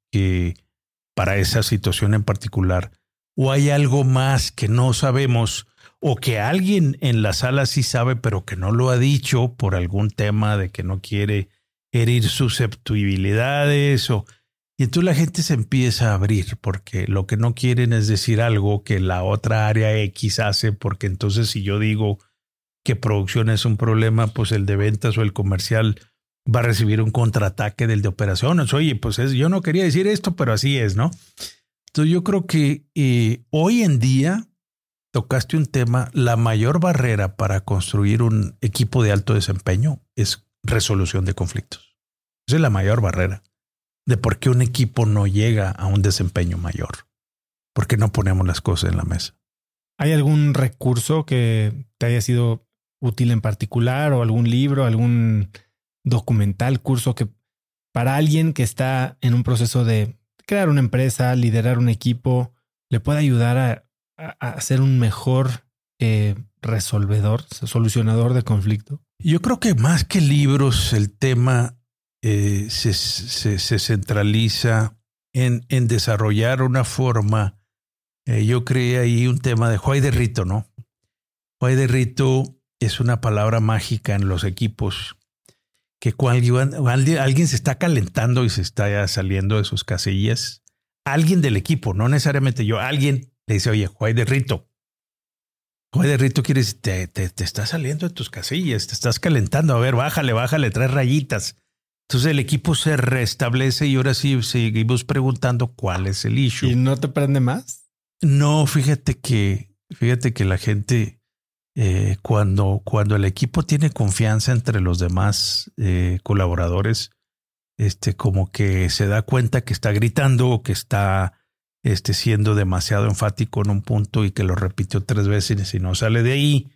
eh, para esa situación en particular, o hay algo más que no sabemos o que alguien en la sala sí sabe pero que no lo ha dicho por algún tema de que no quiere herir susceptibilidades o... Y entonces la gente se empieza a abrir porque lo que no quieren es decir algo que la otra área X hace, porque entonces si yo digo que producción es un problema, pues el de ventas o el comercial va a recibir un contraataque del de operaciones. Oye, pues es, yo no quería decir esto, pero así es, ¿no? Entonces yo creo que eh, hoy en día tocaste un tema, la mayor barrera para construir un equipo de alto desempeño es resolución de conflictos. Esa es la mayor barrera de por qué un equipo no llega a un desempeño mayor. ¿Por qué no ponemos las cosas en la mesa? ¿Hay algún recurso que te haya sido útil en particular o algún libro, algún documental, curso que para alguien que está en un proceso de crear una empresa, liderar un equipo, le pueda ayudar a, a, a ser un mejor eh, resolvedor, solucionador de conflicto? Yo creo que más que libros, el tema eh, se, se, se centraliza en, en desarrollar una forma. Eh, yo creé ahí un tema de Juay de Rito, ¿no? Juay de Rito es una palabra mágica en los equipos que cuando alguien, alguien se está calentando y se está ya saliendo de sus casillas, alguien del equipo, no necesariamente yo, alguien le dice, oye, Juay de Rito. Juay de Rito quiere decir, te, te, te estás saliendo de tus casillas, te estás calentando, a ver, bájale, bájale, tres rayitas. Entonces el equipo se restablece y ahora sí seguimos preguntando cuál es el issue. ¿Y no te prende más? No, fíjate que, fíjate que la gente, eh, cuando, cuando el equipo tiene confianza entre los demás eh, colaboradores, este, como que se da cuenta que está gritando o que está este, siendo demasiado enfático en un punto y que lo repitió tres veces y si no sale de ahí,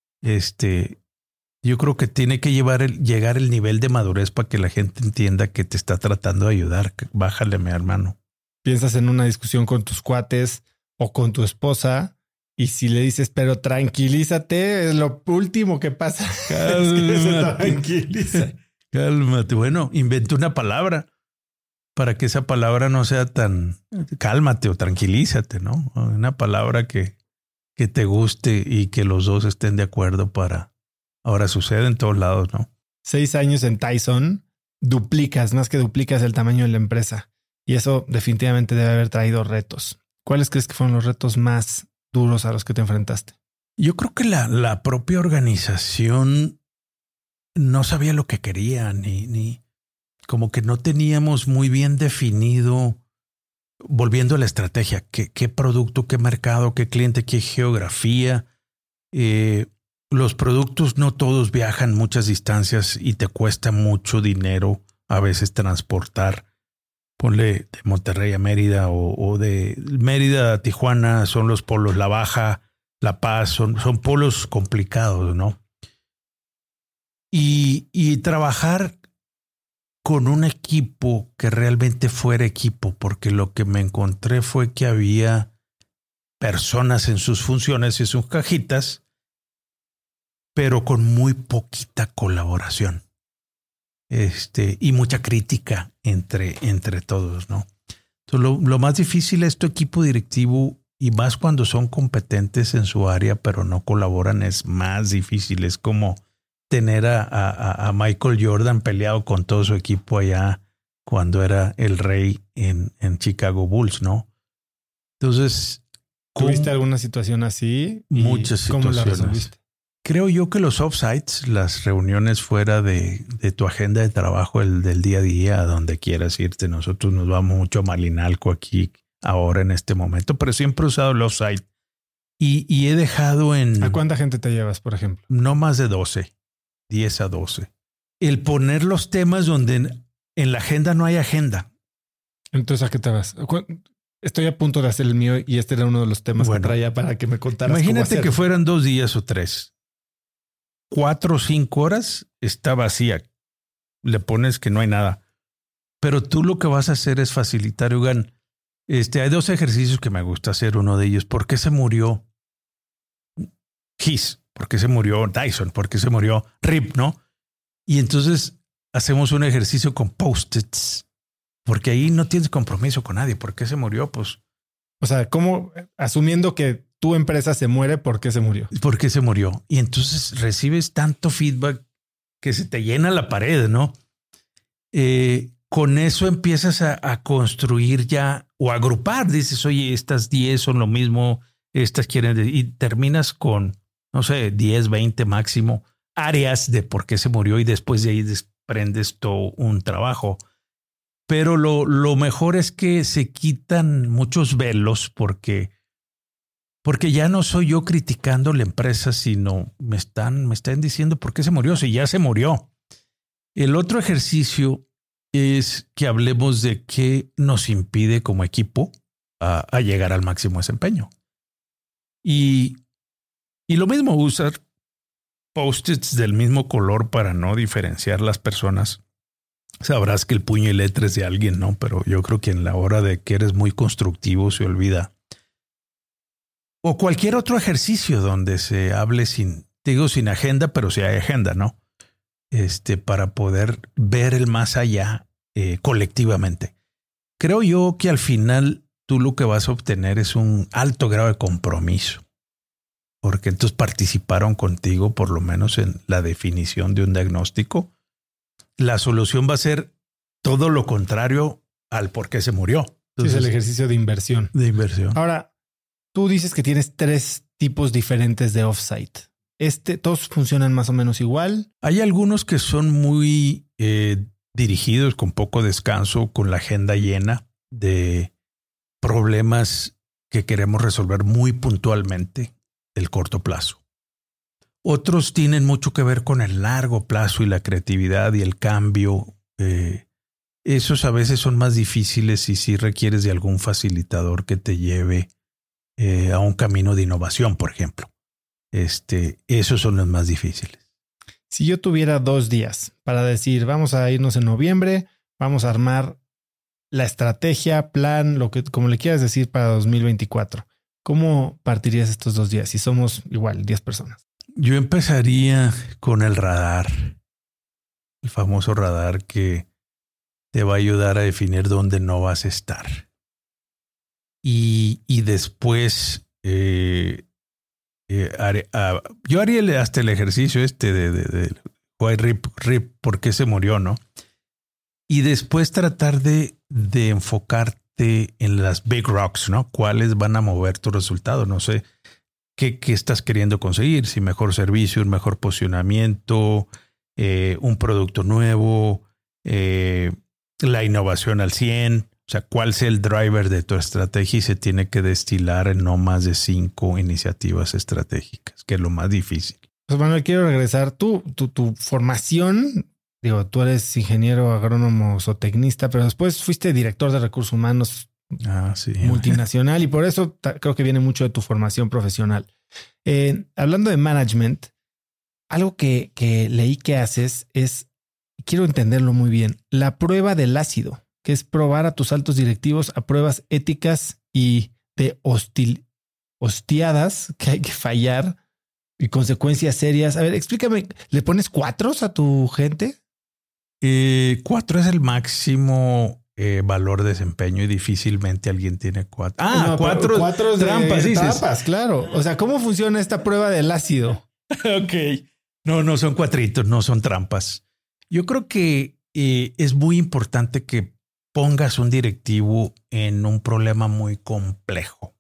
este, yo creo que tiene que llevar el, llegar el nivel de madurez para que la gente entienda que te está tratando de ayudar. Bájale, mi hermano. Piensas en una discusión con tus cuates o con tu esposa y si le dices, pero tranquilízate, es lo último que pasa. Cálmate. Es que se tranquiliza. Cálmate. Bueno, inventa una palabra para que esa palabra no sea tan cálmate o tranquilízate, ¿no? Una palabra que, que te guste y que los dos estén de acuerdo para... Ahora sucede en todos lados, ¿no? Seis años en Tyson, duplicas, más que duplicas el tamaño de la empresa. Y eso definitivamente debe haber traído retos. ¿Cuáles crees que fueron los retos más duros a los que te enfrentaste? Yo creo que la, la propia organización no sabía lo que quería, ni, ni como que no teníamos muy bien definido, volviendo a la estrategia, qué, qué producto, qué mercado, qué cliente, qué geografía. Eh, los productos no todos viajan muchas distancias y te cuesta mucho dinero a veces transportar. Ponle de Monterrey a Mérida o, o de Mérida a Tijuana, son los polos, La Baja, La Paz, son, son polos complicados, ¿no? Y, y trabajar con un equipo que realmente fuera equipo, porque lo que me encontré fue que había personas en sus funciones y sus cajitas, pero con muy poquita colaboración. Este, y mucha crítica entre, entre todos, ¿no? Entonces, lo, lo más difícil es tu equipo directivo y más cuando son competentes en su área, pero no colaboran, es más difícil. Es como tener a, a, a Michael Jordan peleado con todo su equipo allá cuando era el rey en, en Chicago Bulls, ¿no? Entonces, ¿tuviste alguna situación así? Muchas situaciones. ¿Cómo la resolviste? Creo yo que los offsites, las reuniones fuera de, de tu agenda de trabajo, el del día a día, a donde quieras irte. Nosotros nos vamos mucho a Malinalco aquí ahora en este momento, pero siempre he usado el offsite y, y he dejado en... ¿A cuánta gente te llevas, por ejemplo? No más de doce, diez a doce. El poner los temas donde en, en la agenda no hay agenda. Entonces, ¿a qué te vas? Estoy a punto de hacer el mío y este era uno de los temas bueno, que traía para que me contaras. Imagínate que fueran dos días o tres. Cuatro o cinco horas está vacía. Le pones que no hay nada. Pero tú lo que vas a hacer es facilitar, Ugan. Este, hay dos ejercicios que me gusta hacer. Uno de ellos, ¿por qué se murió Kiss? ¿Por qué se murió Dyson? ¿Por qué se murió Rip? ¿No? Y entonces hacemos un ejercicio con post-its Porque ahí no tienes compromiso con nadie. ¿Por qué se murió? Pues. O sea, ¿cómo? Asumiendo que tu empresa se muere, ¿por qué se murió? ¿Por qué se murió? Y entonces recibes tanto feedback que se te llena la pared, ¿no? Eh, con eso empiezas a, a construir ya o a agrupar. Dices, oye, estas diez son lo mismo, estas quieren... Y terminas con, no sé, diez, veinte máximo áreas de por qué se murió y después de ahí desprendes todo un trabajo. Pero lo, lo mejor es que se quitan muchos velos porque, porque ya no soy yo criticando la empresa, sino me están, me están diciendo por qué se murió, si ya se murió. El otro ejercicio es que hablemos de qué nos impide como equipo a, a llegar al máximo desempeño. Y, y lo mismo, usar post-its del mismo color para no diferenciar las personas. Sabrás que el puño y letra es de alguien, ¿no? Pero yo creo que en la hora de que eres muy constructivo se olvida. O cualquier otro ejercicio donde se hable sin, digo sin agenda, pero sí hay agenda, ¿no? Este, para poder ver el más allá eh, colectivamente. Creo yo que al final tú lo que vas a obtener es un alto grado de compromiso, porque entonces participaron contigo por lo menos en la definición de un diagnóstico. La solución va a ser todo lo contrario al por qué se murió. Entonces, sí, es el ejercicio de inversión. De inversión. Ahora, tú dices que tienes tres tipos diferentes de offsite. Este, ¿todos funcionan más o menos igual? Hay algunos que son muy eh, dirigidos con poco descanso, con la agenda llena de problemas que queremos resolver muy puntualmente del corto plazo. Otros tienen mucho que ver con el largo plazo y la creatividad y el cambio. Eh, esos a veces son más difíciles y sí requieres de algún facilitador que te lleve eh, a un camino de innovación, por ejemplo. Este, esos son los más difíciles. Si yo tuviera dos días para decir, vamos a irnos en noviembre, vamos a armar la estrategia, plan, lo que como le quieras decir para dos mil veinticuatro, ¿cómo partirías estos dos días si somos igual diez personas? Yo empezaría con el radar, el famoso radar que te va a ayudar a definir dónde no vas a estar. Y, y después eh, eh, haré, uh, yo haría hasta el ejercicio este de, de, de why rip, rip, por qué se murió, ¿no? Y después tratar de, de enfocarte en las big rocks, ¿no? ¿Cuáles van a mover tu resultado? No sé. ¿Qué, qué estás queriendo conseguir? Si mejor servicio, un mejor posicionamiento, eh, un producto nuevo, eh, la innovación al cien. O sea, ¿cuál es el driver de tu estrategia? Y se tiene que destilar en no más de cinco iniciativas estratégicas, que es lo más difícil. Pues Manuel, quiero regresar. Tú, tu, tu formación, digo, tú eres ingeniero agrónomo zootecnista, pero después fuiste director de recursos humanos. Ah, sí. Multinacional y por eso creo que viene mucho de tu formación profesional. Eh, hablando de management, algo que, que leí que haces es, quiero entenderlo muy bien, la prueba del ácido, que es probar a tus altos directivos a pruebas éticas y de hostil, hostiadas que hay que fallar y consecuencias serias. A ver, explícame, ¿le pones cuatros a tu gente? Eh, cuatro es el máximo Eh, valor de desempeño y difícilmente alguien tiene cuatro. Ah, no, cuatro, cuatro trampas, trampas, claro. O sea, ¿cómo funciona esta prueba del ácido? Ok. No, no son cuatritos, no son trampas. Yo creo que eh, es muy importante que pongas un directivo en un problema muy complejo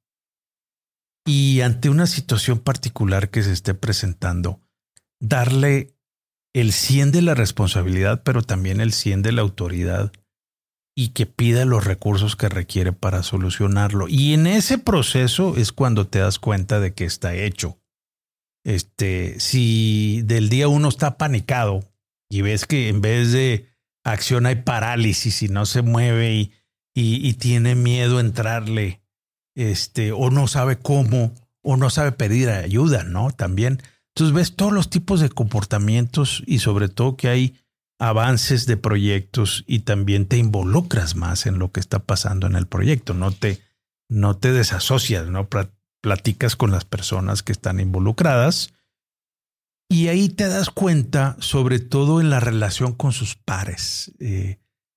y ante una situación particular que se esté presentando, darle el cien de la responsabilidad, pero también el cien de la autoridad y que pida los recursos que requiere para solucionarlo. Y en ese proceso es cuando te das cuenta de que está hecho. Este, si del día uno está panicado y ves que en vez de acción hay parálisis y no se mueve y, y, y tiene miedo a entrarle, este, o no sabe cómo, o no sabe pedir ayuda, ¿no? También. Entonces ves todos los tipos de comportamientos y sobre todo que hay avances de proyectos y también te involucras más en lo que está pasando en el proyecto. No te, no te desasocias, ¿no? Platicas con las personas que están involucradas y ahí te das cuenta, sobre todo en la relación con sus pares. Eh,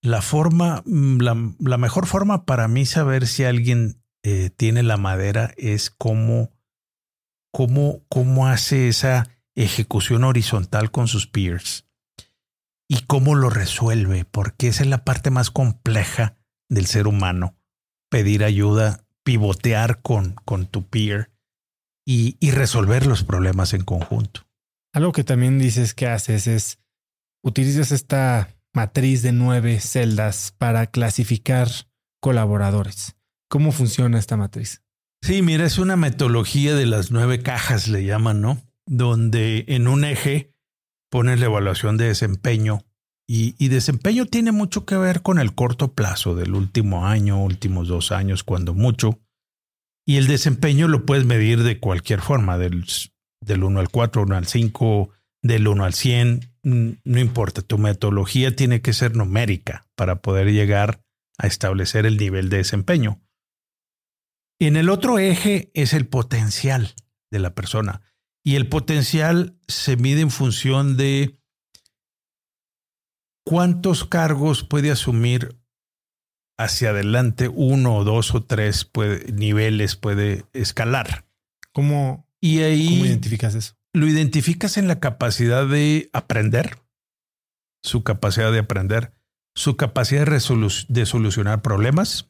la forma, la, la mejor forma para mí saber si alguien eh, tiene la madera es cómo, cómo, cómo hace esa ejecución horizontal con sus peers y cómo lo resuelve, porque esa es la parte más compleja del ser humano. Pedir ayuda, pivotear con, con tu peer y, y resolver los problemas en conjunto. Algo que también dices que haces es utilizas esta matriz de nueve celdas para clasificar colaboradores. ¿Cómo funciona esta matriz? Sí, mira, es una metodología de las nueve cajas, le llaman, ¿no? Donde en un eje pones la evaluación de desempeño y, y desempeño tiene mucho que ver con el corto plazo del último año, últimos dos años, cuando mucho. Y el desempeño lo puedes medir de cualquier forma, del, del uno al cuatro, uno al cinco, del uno al cien. No importa, tu metodología tiene que ser numérica para poder llegar a establecer el nivel de desempeño. En el otro eje es el potencial de la persona. Y el potencial se mide en función de cuántos cargos puede asumir hacia adelante, uno o dos o tres puede, niveles puede escalar. ¿Cómo, y ahí ¿Cómo identificas eso? Lo identificas en la capacidad de aprender, su capacidad de aprender, su capacidad de, resolu- de solucionar problemas,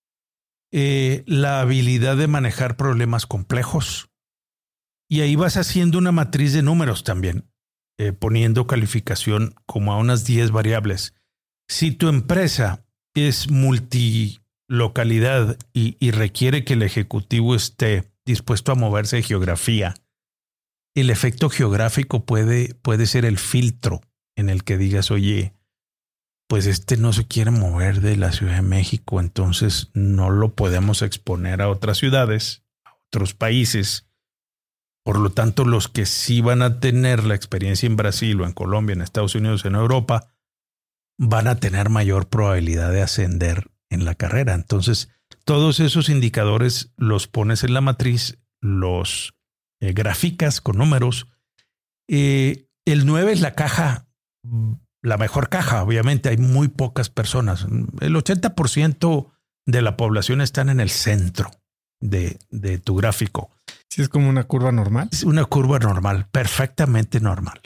eh, la habilidad de manejar problemas complejos. Y ahí vas haciendo una matriz de números también, eh, poniendo calificación como a unas diez variables. Si tu empresa es multilocalidad y, y requiere que el ejecutivo esté dispuesto a moverse de geografía, el efecto geográfico puede, puede ser el filtro en el que digas, oye, pues este no se quiere mover de la Ciudad de México, entonces no lo podemos exponer a otras ciudades, a otros países. Por lo tanto, los que sí van a tener la experiencia en Brasil o en Colombia, en Estados Unidos, en Europa, van a tener mayor probabilidad de ascender en la carrera. Entonces, todos esos indicadores los pones en la matriz, los eh, graficas con números. Eh, el nueve es la caja, la mejor caja. Obviamente hay muy pocas personas. El ochenta por ciento de la población están en el centro de, de tu gráfico. ¿Sí es como una curva normal? Es una curva normal, perfectamente normal.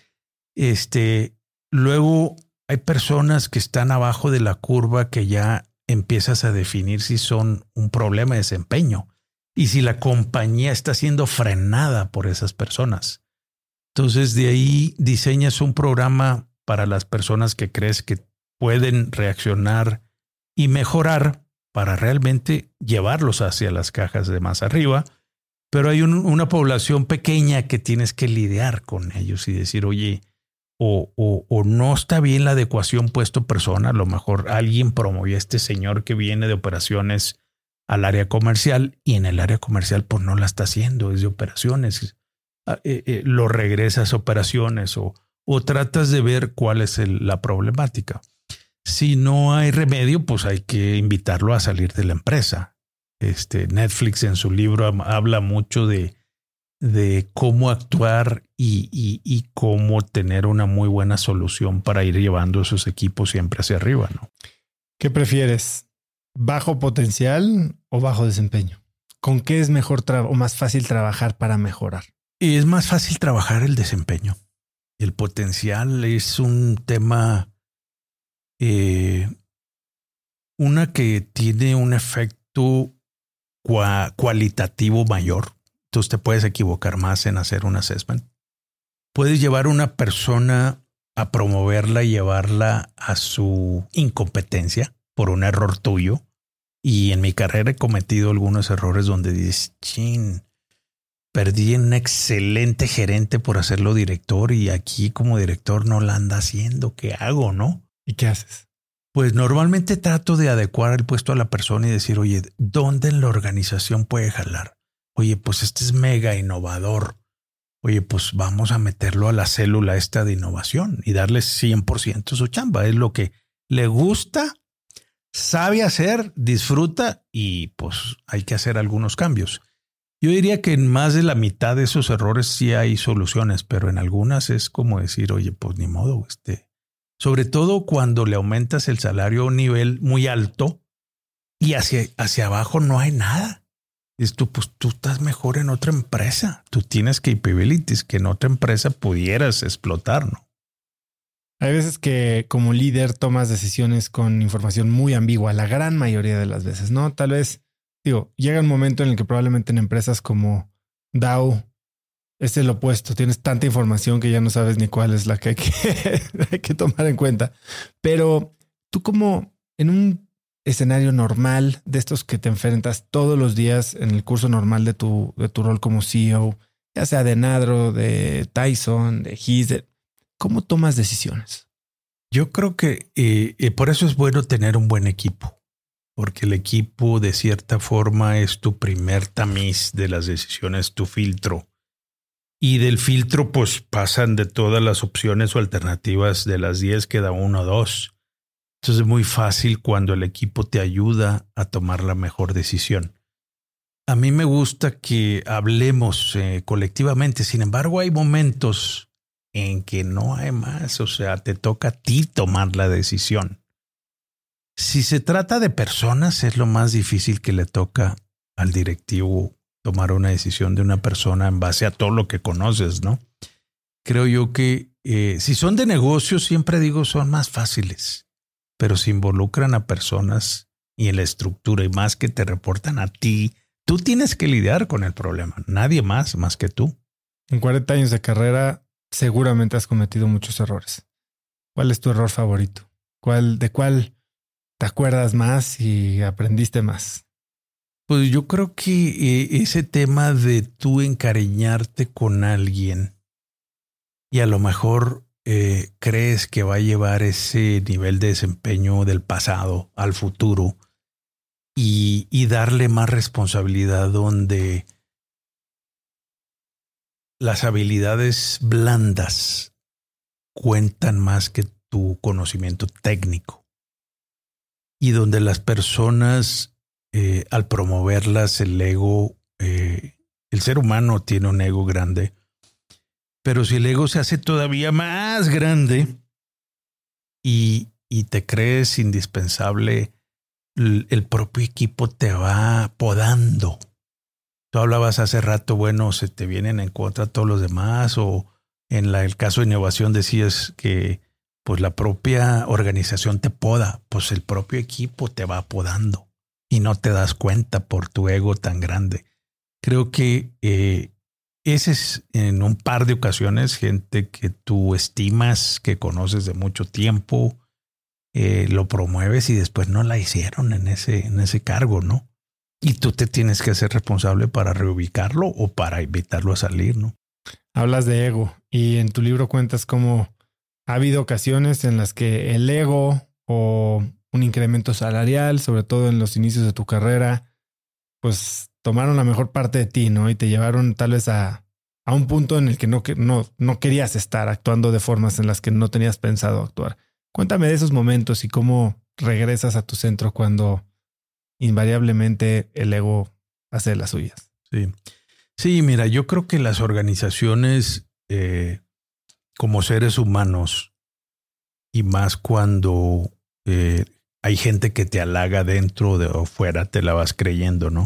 Este, luego hay personas que están abajo de la curva que ya empiezas a definir si son un problema de desempeño y si la compañía está siendo frenada por esas personas. Entonces de ahí diseñas un programa para las personas que crees que pueden reaccionar y mejorar para realmente llevarlos hacia las cajas de más arriba. Pero hay un, una población pequeña que tienes que lidiar con ellos y decir, oye, o, o, o no está bien la adecuación puesto persona. A lo mejor alguien promovió a este señor que viene de operaciones al área comercial y en el área comercial pues no la está haciendo, es de operaciones. Eh, eh, lo regresas a operaciones o, o tratas de ver cuál es el, la problemática. Si no hay remedio, pues hay que invitarlo a salir de la empresa. Este, Netflix en su libro habla mucho de, de cómo actuar y, y, y cómo tener una muy buena solución para ir llevando esos equipos siempre hacia arriba, ¿no? ¿Qué prefieres? ¿Bajo potencial o bajo desempeño? ¿Con qué es mejor tra- o más fácil trabajar para mejorar? Es más fácil trabajar el desempeño. El potencial es un tema, eh, una que tiene un efecto cualitativo mayor. Entonces te puedes equivocar más en hacer un assessment. Puedes llevar a una persona a promoverla y llevarla a su incompetencia por un error tuyo. Y en mi carrera he cometido algunos errores donde dices, chin, perdí un excelente gerente por hacerlo director y aquí como director no la anda haciendo. ¿Qué hago, no? ¿Y qué haces? Pues normalmente trato de adecuar el puesto a la persona y decir, oye, ¿dónde en la organización puede jalar? Oye, pues este es mega innovador. Oye, pues vamos a meterlo a la célula esta de innovación y darle cien por ciento su chamba. Es lo que le gusta, sabe hacer, disfruta y pues hay que hacer algunos cambios. Yo diría que en más de la mitad de esos errores sí hay soluciones, pero en algunas es como decir, oye, pues ni modo, este... Sobre todo cuando le aumentas el salario a un nivel muy alto y hacia, hacia abajo no hay nada. Es tú, pues tú estás mejor en otra empresa. Tú tienes capabilities que en otra empresa pudieras explotar, ¿no? Hay veces que como líder tomas decisiones con información muy ambigua, la gran mayoría de las veces, ¿no? Tal vez, digo, llega un momento en el que probablemente en empresas como Dow es el opuesto. Tienes tanta información que ya no sabes ni cuál es la que hay que, hay que tomar en cuenta. Pero tú como en un escenario normal de estos que te enfrentas todos los días en el curso normal de tu, de tu rol como C E O, ya sea de Nadro, de Tyson, de His, de, ¿cómo tomas decisiones? Yo creo que eh, eh, por eso es bueno tener un buen equipo, porque el equipo de cierta forma es tu primer tamiz de las decisiones, tu filtro. Y del filtro pues pasan de todas las opciones o alternativas de las diez, queda uno o dos. Entonces es muy fácil cuando el equipo te ayuda a tomar la mejor decisión. A mí me gusta que hablemos eh, colectivamente. Sin embargo, hay momentos en que no hay más. O sea, te toca a ti tomar la decisión. Si se trata de personas, es lo más difícil que le toca al directivo tomar una decisión de una persona en base a todo lo que conoces, ¿no? Creo yo que eh, si son de negocios, siempre digo, son más fáciles, pero si involucran a personas y en la estructura y más que te reportan a ti, tú tienes que lidiar con el problema, nadie más, más que tú. En cuarenta años de carrera, seguramente has cometido muchos errores. ¿Cuál es tu error favorito? ¿Cuál, de cuál te acuerdas más y aprendiste más? Pues yo creo que eh, ese tema de tú encariñarte con alguien y a lo mejor eh, crees que va a llevar ese nivel de desempeño del pasado al futuro y, y darle más responsabilidad donde las habilidades blandas cuentan más que tu conocimiento técnico y donde las personas Eh, al promoverlas, el ego, eh, el ser humano tiene un ego grande, pero si el ego se hace todavía más grande y, y te crees indispensable, el, el propio equipo te va podando. Tú hablabas hace rato, bueno, se te vienen en contra todos los demás, o en la, el caso de innovación decías que pues la propia organización te poda, pues el propio equipo te va podando. Y no te das cuenta por tu ego tan grande. Creo que eh, ese es en un par de ocasiones gente que tú estimas, que conoces de mucho tiempo, eh, lo promueves y después no la hicieron en ese, en ese cargo, ¿no? Y tú te tienes que hacer responsable para reubicarlo o para invitarlo a salir, ¿no? Hablas de ego y en tu libro cuentas cómo ha habido ocasiones en las que el ego o un incremento salarial, sobre todo en los inicios de tu carrera, pues tomaron la mejor parte de ti, ¿no? Y te llevaron tal vez a, a un punto en el que no, no, no querías estar actuando de formas en las que no tenías pensado actuar. Cuéntame de esos momentos y cómo regresas a tu centro cuando invariablemente el ego hace las suyas. Sí, sí, mira, yo creo que las organizaciones eh, como seres humanos y más cuando eh, hay gente que te halaga dentro de, o fuera, te la vas creyendo, ¿no?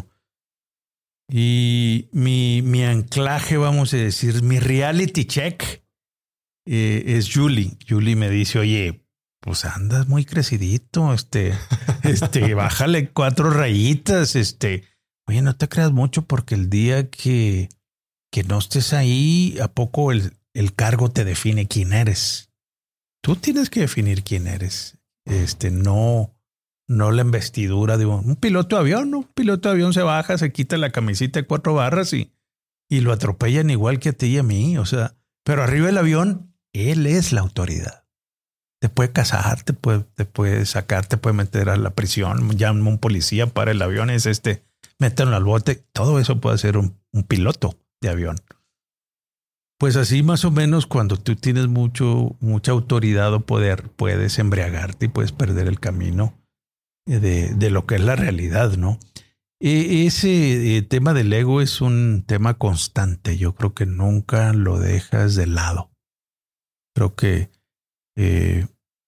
Y mi, mi anclaje, vamos a decir, mi reality check eh, es Julie. Julie me dice, oye, pues andas muy crecidito, este, este, bájale cuatro rayitas, este, oye, no te creas mucho porque el día que, que no estés ahí, ¿a poco el, el cargo te define quién eres? Tú tienes que definir quién eres. Este, no, no la investidura de un, un piloto de avión, ¿no? Un piloto de avión se baja, se quita la camisita de cuatro barras y, y lo atropellan igual que a ti y a mí. O sea, pero arriba del avión, él es la autoridad. Te puede casar, te puede, te puede sacar, te puede meter a la prisión, llama un policía para el avión, es este, métanlo al bote. Todo eso puede hacer un, un piloto de avión. Pues así más o menos cuando tú tienes mucho, mucha autoridad o poder, puedes embriagarte y puedes perder el camino de, de lo que es la realidad, ¿no? E, ese eh, tema del ego es un tema constante. Yo creo que nunca lo dejas de lado. Creo que eh,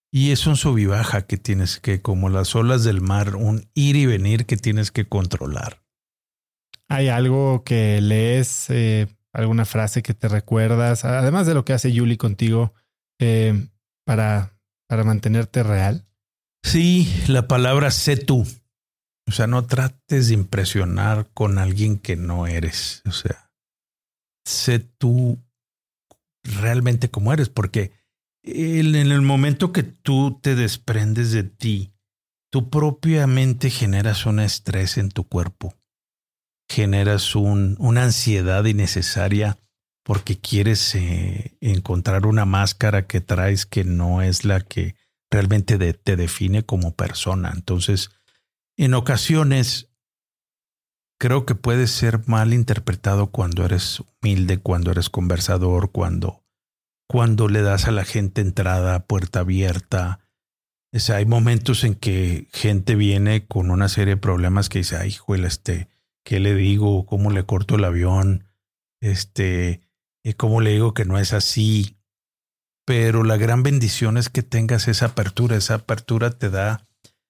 Y es un sub y baja que tienes que, como las olas del mar, un ir y venir que tienes que controlar. ¿Hay algo que lees, eh, alguna frase que te recuerdas, además de lo que hace Yuli contigo, eh, para, para mantenerte real? Sí, la palabra sé tú. O sea, no trates de impresionar con alguien que no eres. O sea, sé tú realmente como eres, porque en el momento que tú te desprendes de ti, tú propiamente generas un estrés en tu cuerpo. Generas un, una ansiedad innecesaria porque quieres eh, encontrar una máscara que traes que no es la que realmente de, te define como persona. Entonces, en ocasiones, creo que puede ser mal interpretado cuando eres humilde, cuando eres conversador, cuando, cuando le das a la gente entrada, puerta abierta. O sea, hay momentos en que gente viene con una serie de problemas que dice, ay, hijuela, este... ¿qué le digo? ¿Cómo le corto el avión? Este, ¿cómo le digo que no es así? Pero la gran bendición es que tengas esa apertura. Esa apertura te da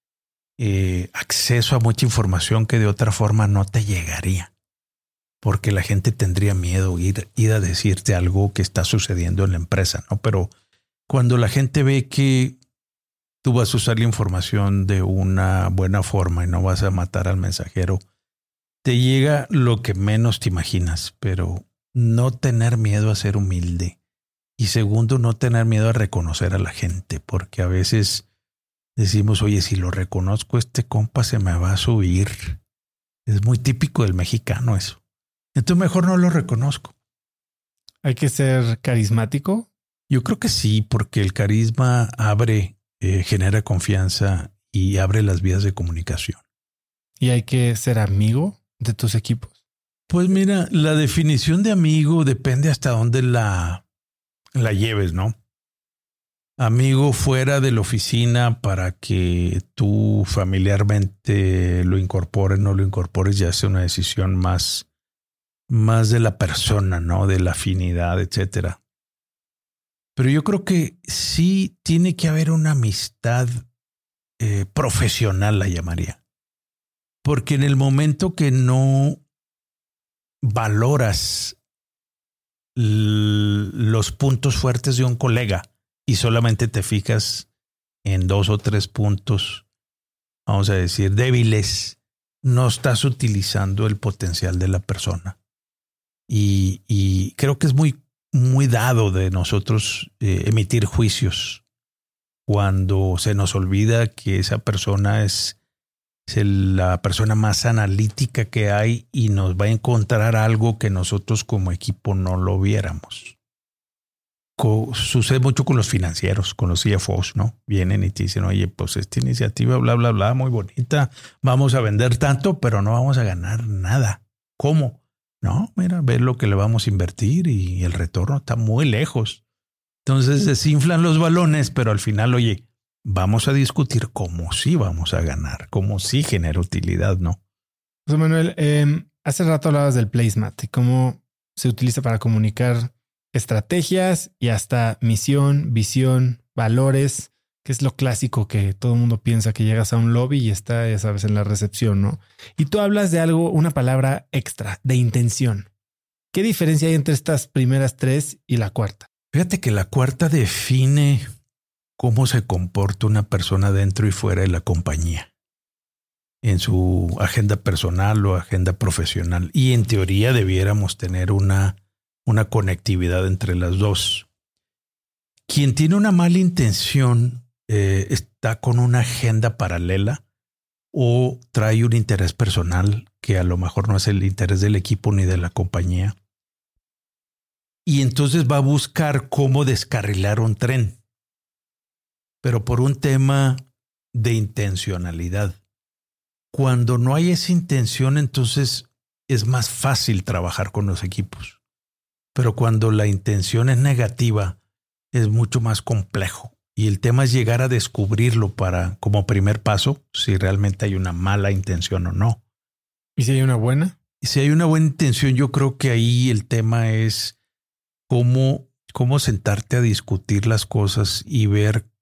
eh, acceso a mucha información que de otra forma no te llegaría. Porque la gente tendría miedo ir, ir a decirte algo que está sucediendo en la empresa, ¿no? Pero cuando la gente ve que tú vas a usar la información de una buena forma y no vas a matar al mensajero, te llega lo que menos te imaginas, pero no tener miedo a ser humilde. Y segundo, no tener miedo a reconocer a la gente, porque a veces decimos, oye, si lo reconozco, este compa se me va a subir. Es muy típico del mexicano eso. Entonces mejor no lo reconozco. ¿Hay que ser carismático? Yo creo que sí, porque el carisma abre, eh, genera confianza y abre las vías de comunicación. ¿Y hay que ser amigo de tus equipos? Pues mira, la definición de amigo depende hasta dónde la, la lleves, ¿no? Amigo fuera de la oficina para que tú familiarmente lo incorpores, no lo incorpores, ya sea una decisión más, más de la persona, ¿no? De la afinidad, etcétera. Pero yo creo que sí tiene que haber una amistad eh, profesional, la llamaría. Porque en el momento que no valoras l- los puntos fuertes de un colega y solamente te fijas en dos o tres puntos, vamos a decir, débiles, no estás utilizando el potencial de la persona. Y, y creo que es muy, muy dado de nosotros eh, emitir juicios cuando se nos olvida que esa persona es es la persona más analítica que hay y nos va a encontrar algo que nosotros como equipo no lo viéramos. Co- sucede mucho con los financieros, con los C F Os, ¿no? Vienen y te dicen, oye, pues esta iniciativa, bla, bla, bla, muy bonita, vamos a vender tanto, pero no vamos a ganar nada. ¿Cómo? No, mira, ve lo que le vamos a invertir y el retorno está muy lejos. Entonces desinflan los balones, pero al final, oye, vamos a discutir cómo sí vamos a ganar, cómo sí genera utilidad, ¿no? José Manuel, eh, hace rato hablabas del placemat y cómo se utiliza para comunicar estrategias y hasta misión, visión, valores, que es lo clásico que todo el mundo piensa que llegas a un lobby y está, ya sabes, en la recepción, ¿no? Y tú hablas de algo, una palabra extra, de intención. ¿Qué diferencia hay entre estas primeras tres y la cuarta? Fíjate que la cuarta define cómo se comporta una persona dentro y fuera de la compañía, en su agenda personal o agenda profesional. Y en teoría debiéramos tener una, una conectividad entre las dos. Quien tiene una mala intención eh, está con una agenda paralela o trae un interés personal que a lo mejor no es el interés del equipo ni de la compañía. Y entonces va a buscar cómo descarrilar un tren, pero por un tema de intencionalidad. Cuando no hay esa intención, entonces es más fácil trabajar con los equipos. Pero cuando la intención es negativa, es mucho más complejo. Y el tema es llegar a descubrirlo para, como primer paso, si realmente hay una mala intención o no. ¿Y si hay una buena? Y si hay una buena intención, yo creo que ahí el tema es cómo, cómo sentarte a discutir las cosas y ver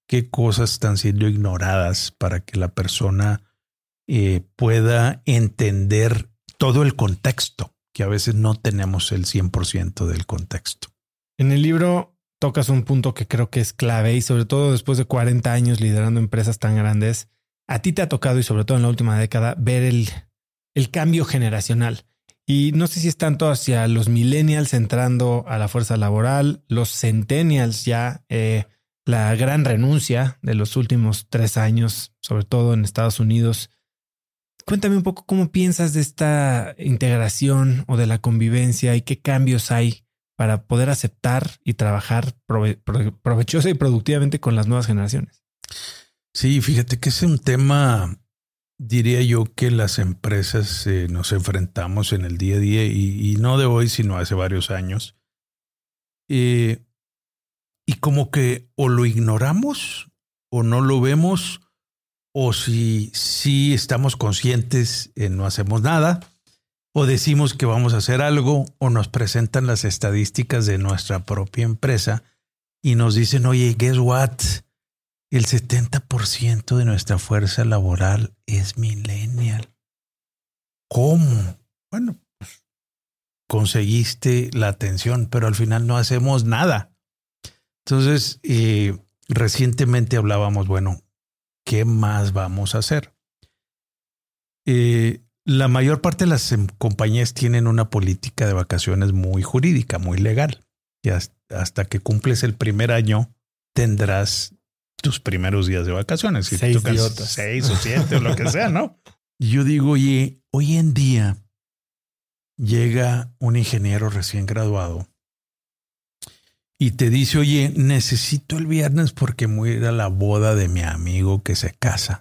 qué cosas están siendo ignoradas para que la persona eh, pueda entender todo el contexto, que a veces no tenemos el cien por ciento del contexto. En el libro tocas un punto que creo que es clave y sobre todo después de cuarenta años liderando empresas tan grandes, a ti te ha tocado y sobre todo en la última década ver el, el cambio generacional. Y no sé si es tanto hacia los millennials entrando a la fuerza laboral, los centennials ya, eh, la gran renuncia de los últimos tres años, sobre todo en Estados Unidos. Cuéntame un poco cómo piensas de esta integración o de la convivencia y qué cambios hay para poder aceptar y trabajar prove- prove- provechosa y productivamente con las nuevas generaciones. Sí, fíjate que es un tema, diría yo, que las empresas eh, nos enfrentamos en el día a día y, y no de hoy, sino hace varios años. Eh, y como que o lo ignoramos o no lo vemos, o si sí estamos conscientes y no hacemos nada, o decimos que vamos a hacer algo, o nos presentan las estadísticas de nuestra propia empresa y nos dicen, oye, guess what? El setenta por ciento de nuestra fuerza laboral es millennial. ¿Cómo? Bueno, pues, conseguiste la atención, pero al final no hacemos nada. Entonces, eh, recientemente hablábamos, bueno, ¿qué más vamos a hacer? Eh, la mayor parte de las compañías tienen una política de vacaciones muy jurídica, muy legal. Y hasta que cumples el primer año, tendrás tus primeros días de vacaciones. Si seis, te tocas seis o siete o lo que sea, ¿no? Yo digo, oye, hoy en día llega un ingeniero recién graduado y te dice, oye, necesito el viernes porque voy a ir a la boda de mi amigo que se casa.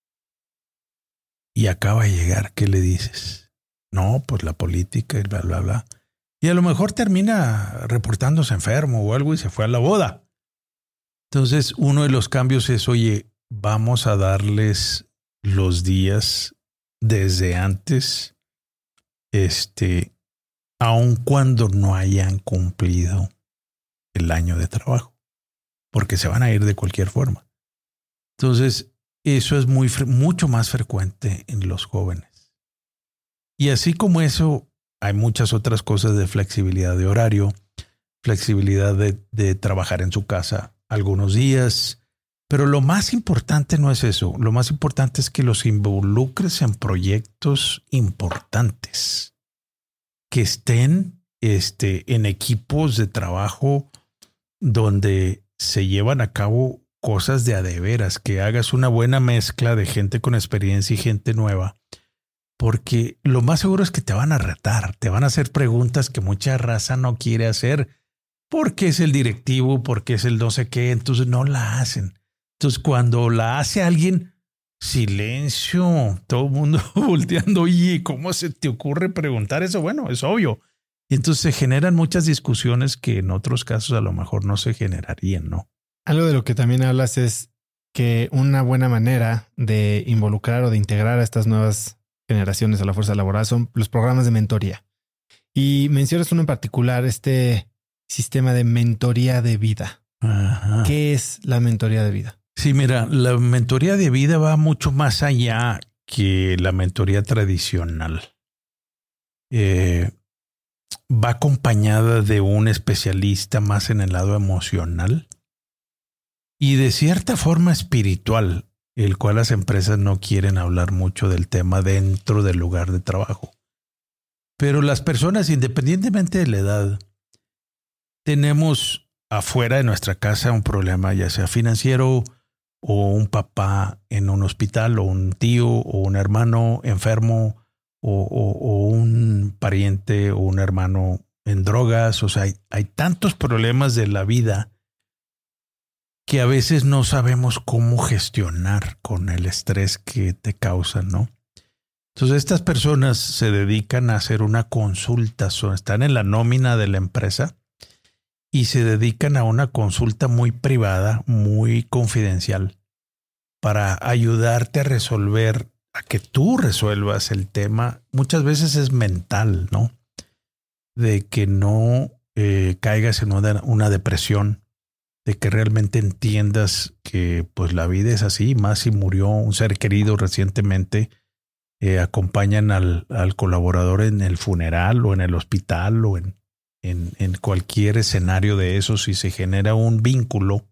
Y acaba de llegar, ¿qué le dices? No, pues la política y bla, bla, bla. Y a lo mejor termina reportándose enfermo o algo y se fue a la boda. Entonces, uno de los cambios es, oye, vamos a darles los días desde antes, este, aun cuando no hayan cumplido el año de trabajo, porque se van a ir de cualquier forma. Entonces, eso es muy, mucho más frecuente en los jóvenes. Y así como eso, hay muchas otras cosas de flexibilidad de horario, flexibilidad de, de trabajar en su casa algunos días. Pero lo más importante no es eso. Lo más importante es que los involucres en proyectos importantes, que estén este, en equipos de trabajo donde se llevan a cabo cosas de a de veras, que hagas una buena mezcla de gente con experiencia y gente nueva, porque lo más seguro es que te van a retar, te van a hacer preguntas que mucha raza no quiere hacer, porque es el directivo, porque es el no sé qué, entonces no la hacen. Entonces cuando la hace alguien, silencio, todo el mundo volteando, oye, ¿cómo se te ocurre preguntar eso? Bueno, es obvio. Y entonces se generan muchas discusiones que en otros casos a lo mejor no se generarían, ¿no? Algo de lo que también hablas es que una buena manera de involucrar o de integrar a estas nuevas generaciones a la fuerza laboral son los programas de mentoría. Y mencionas uno en particular, este sistema de mentoría de vida. Ajá. ¿Qué es la mentoría de vida? Sí, mira, la mentoría de vida va mucho más allá que la mentoría tradicional. Eh, va acompañada de un especialista más en el lado emocional y de cierta forma espiritual, el cual las empresas no quieren hablar mucho del tema dentro del lugar de trabajo. Pero las personas, independientemente de la edad, tenemos afuera de nuestra casa un problema, ya sea financiero o un papá en un hospital o un tío o un hermano enfermo o, o, o un pariente o un hermano en drogas. O sea, hay, hay tantos problemas de la vida que a veces no sabemos cómo gestionar con el estrés que te causan, ¿no? Entonces estas personas se dedican a hacer una consulta, son, están en la nómina de la empresa y se dedican a una consulta muy privada, muy confidencial, para ayudarte a resolver, a que tú resuelvas el tema. Muchas veces es mental, ¿no? De que no eh, caigas en una, una depresión, de que realmente entiendas que pues la vida es así, más si murió un ser querido recientemente, eh, acompañan al, al colaborador en el funeral o en el hospital o en, en, en cualquier escenario de esos y se genera un vínculo.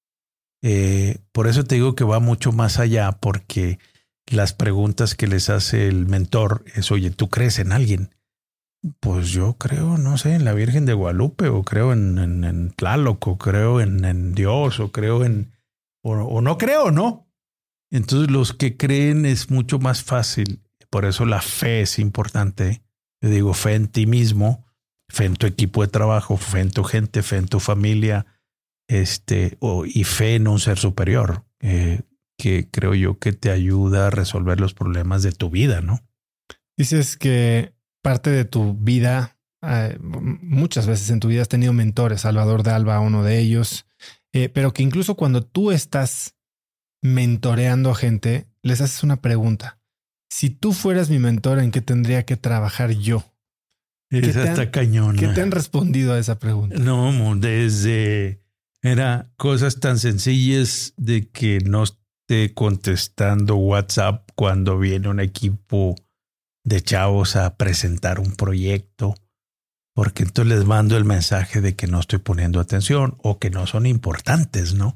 Eh, por eso te digo que va mucho más allá, porque las preguntas que les hace el mentor es, oye, ¿tú crees en alguien? Pues yo creo, no sé, en la Virgen de Guadalupe, o creo en, en, en Tlaloc, o creo en, en Dios, o creo en, o, o no creo, ¿no? Entonces los que creen es mucho más fácil. Por eso la fe es importante. Yo digo fe en ti mismo, fe en tu equipo de trabajo, fe en tu gente, fe en tu familia, este, o, y fe en un ser superior, eh, que creo yo que te ayuda a resolver los problemas de tu vida, ¿no? Dices que parte de tu vida, eh, muchas veces en tu vida has tenido mentores, Salvador Dalva, uno de ellos, eh, pero que incluso cuando tú estás mentoreando a gente, les haces una pregunta. Si tú fueras mi mentor, ¿en qué tendría que trabajar yo? Esa está cañona. ¿Qué te han respondido a esa pregunta? No, desde era cosas tan sencillas de que no esté contestando WhatsApp cuando viene un equipo de chavos a presentar un proyecto, porque entonces les mando el mensaje de que no estoy poniendo atención o que no son importantes, ¿no?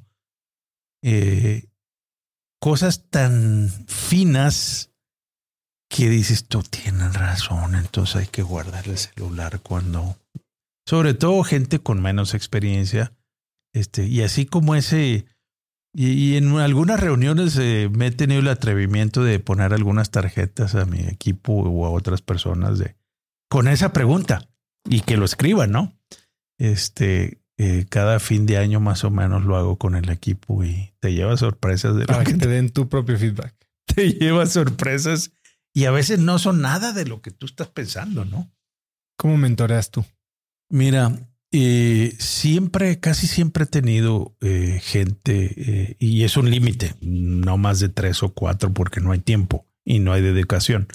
Eh, cosas tan finas que dices, tú tienes razón, entonces hay que guardar el celular cuando, sobre todo gente con menos experiencia, este, y así como ese, y, y en algunas reuniones eh, me he tenido el atrevimiento de poner algunas tarjetas a mi equipo o a otras personas de, con esa pregunta y que lo escriban, ¿no? Este, eh, cada fin de año más o menos lo hago con el equipo y te lleva sorpresas de para lo que, que te den tu propio feedback. Te lleva sorpresas y a veces no son nada de lo que tú estás pensando, ¿no? ¿Cómo mentoreas tú? Mira, eh, siempre, casi siempre he tenido eh, gente eh, y es un límite, no más de tres o cuatro porque no hay tiempo y no hay dedicación.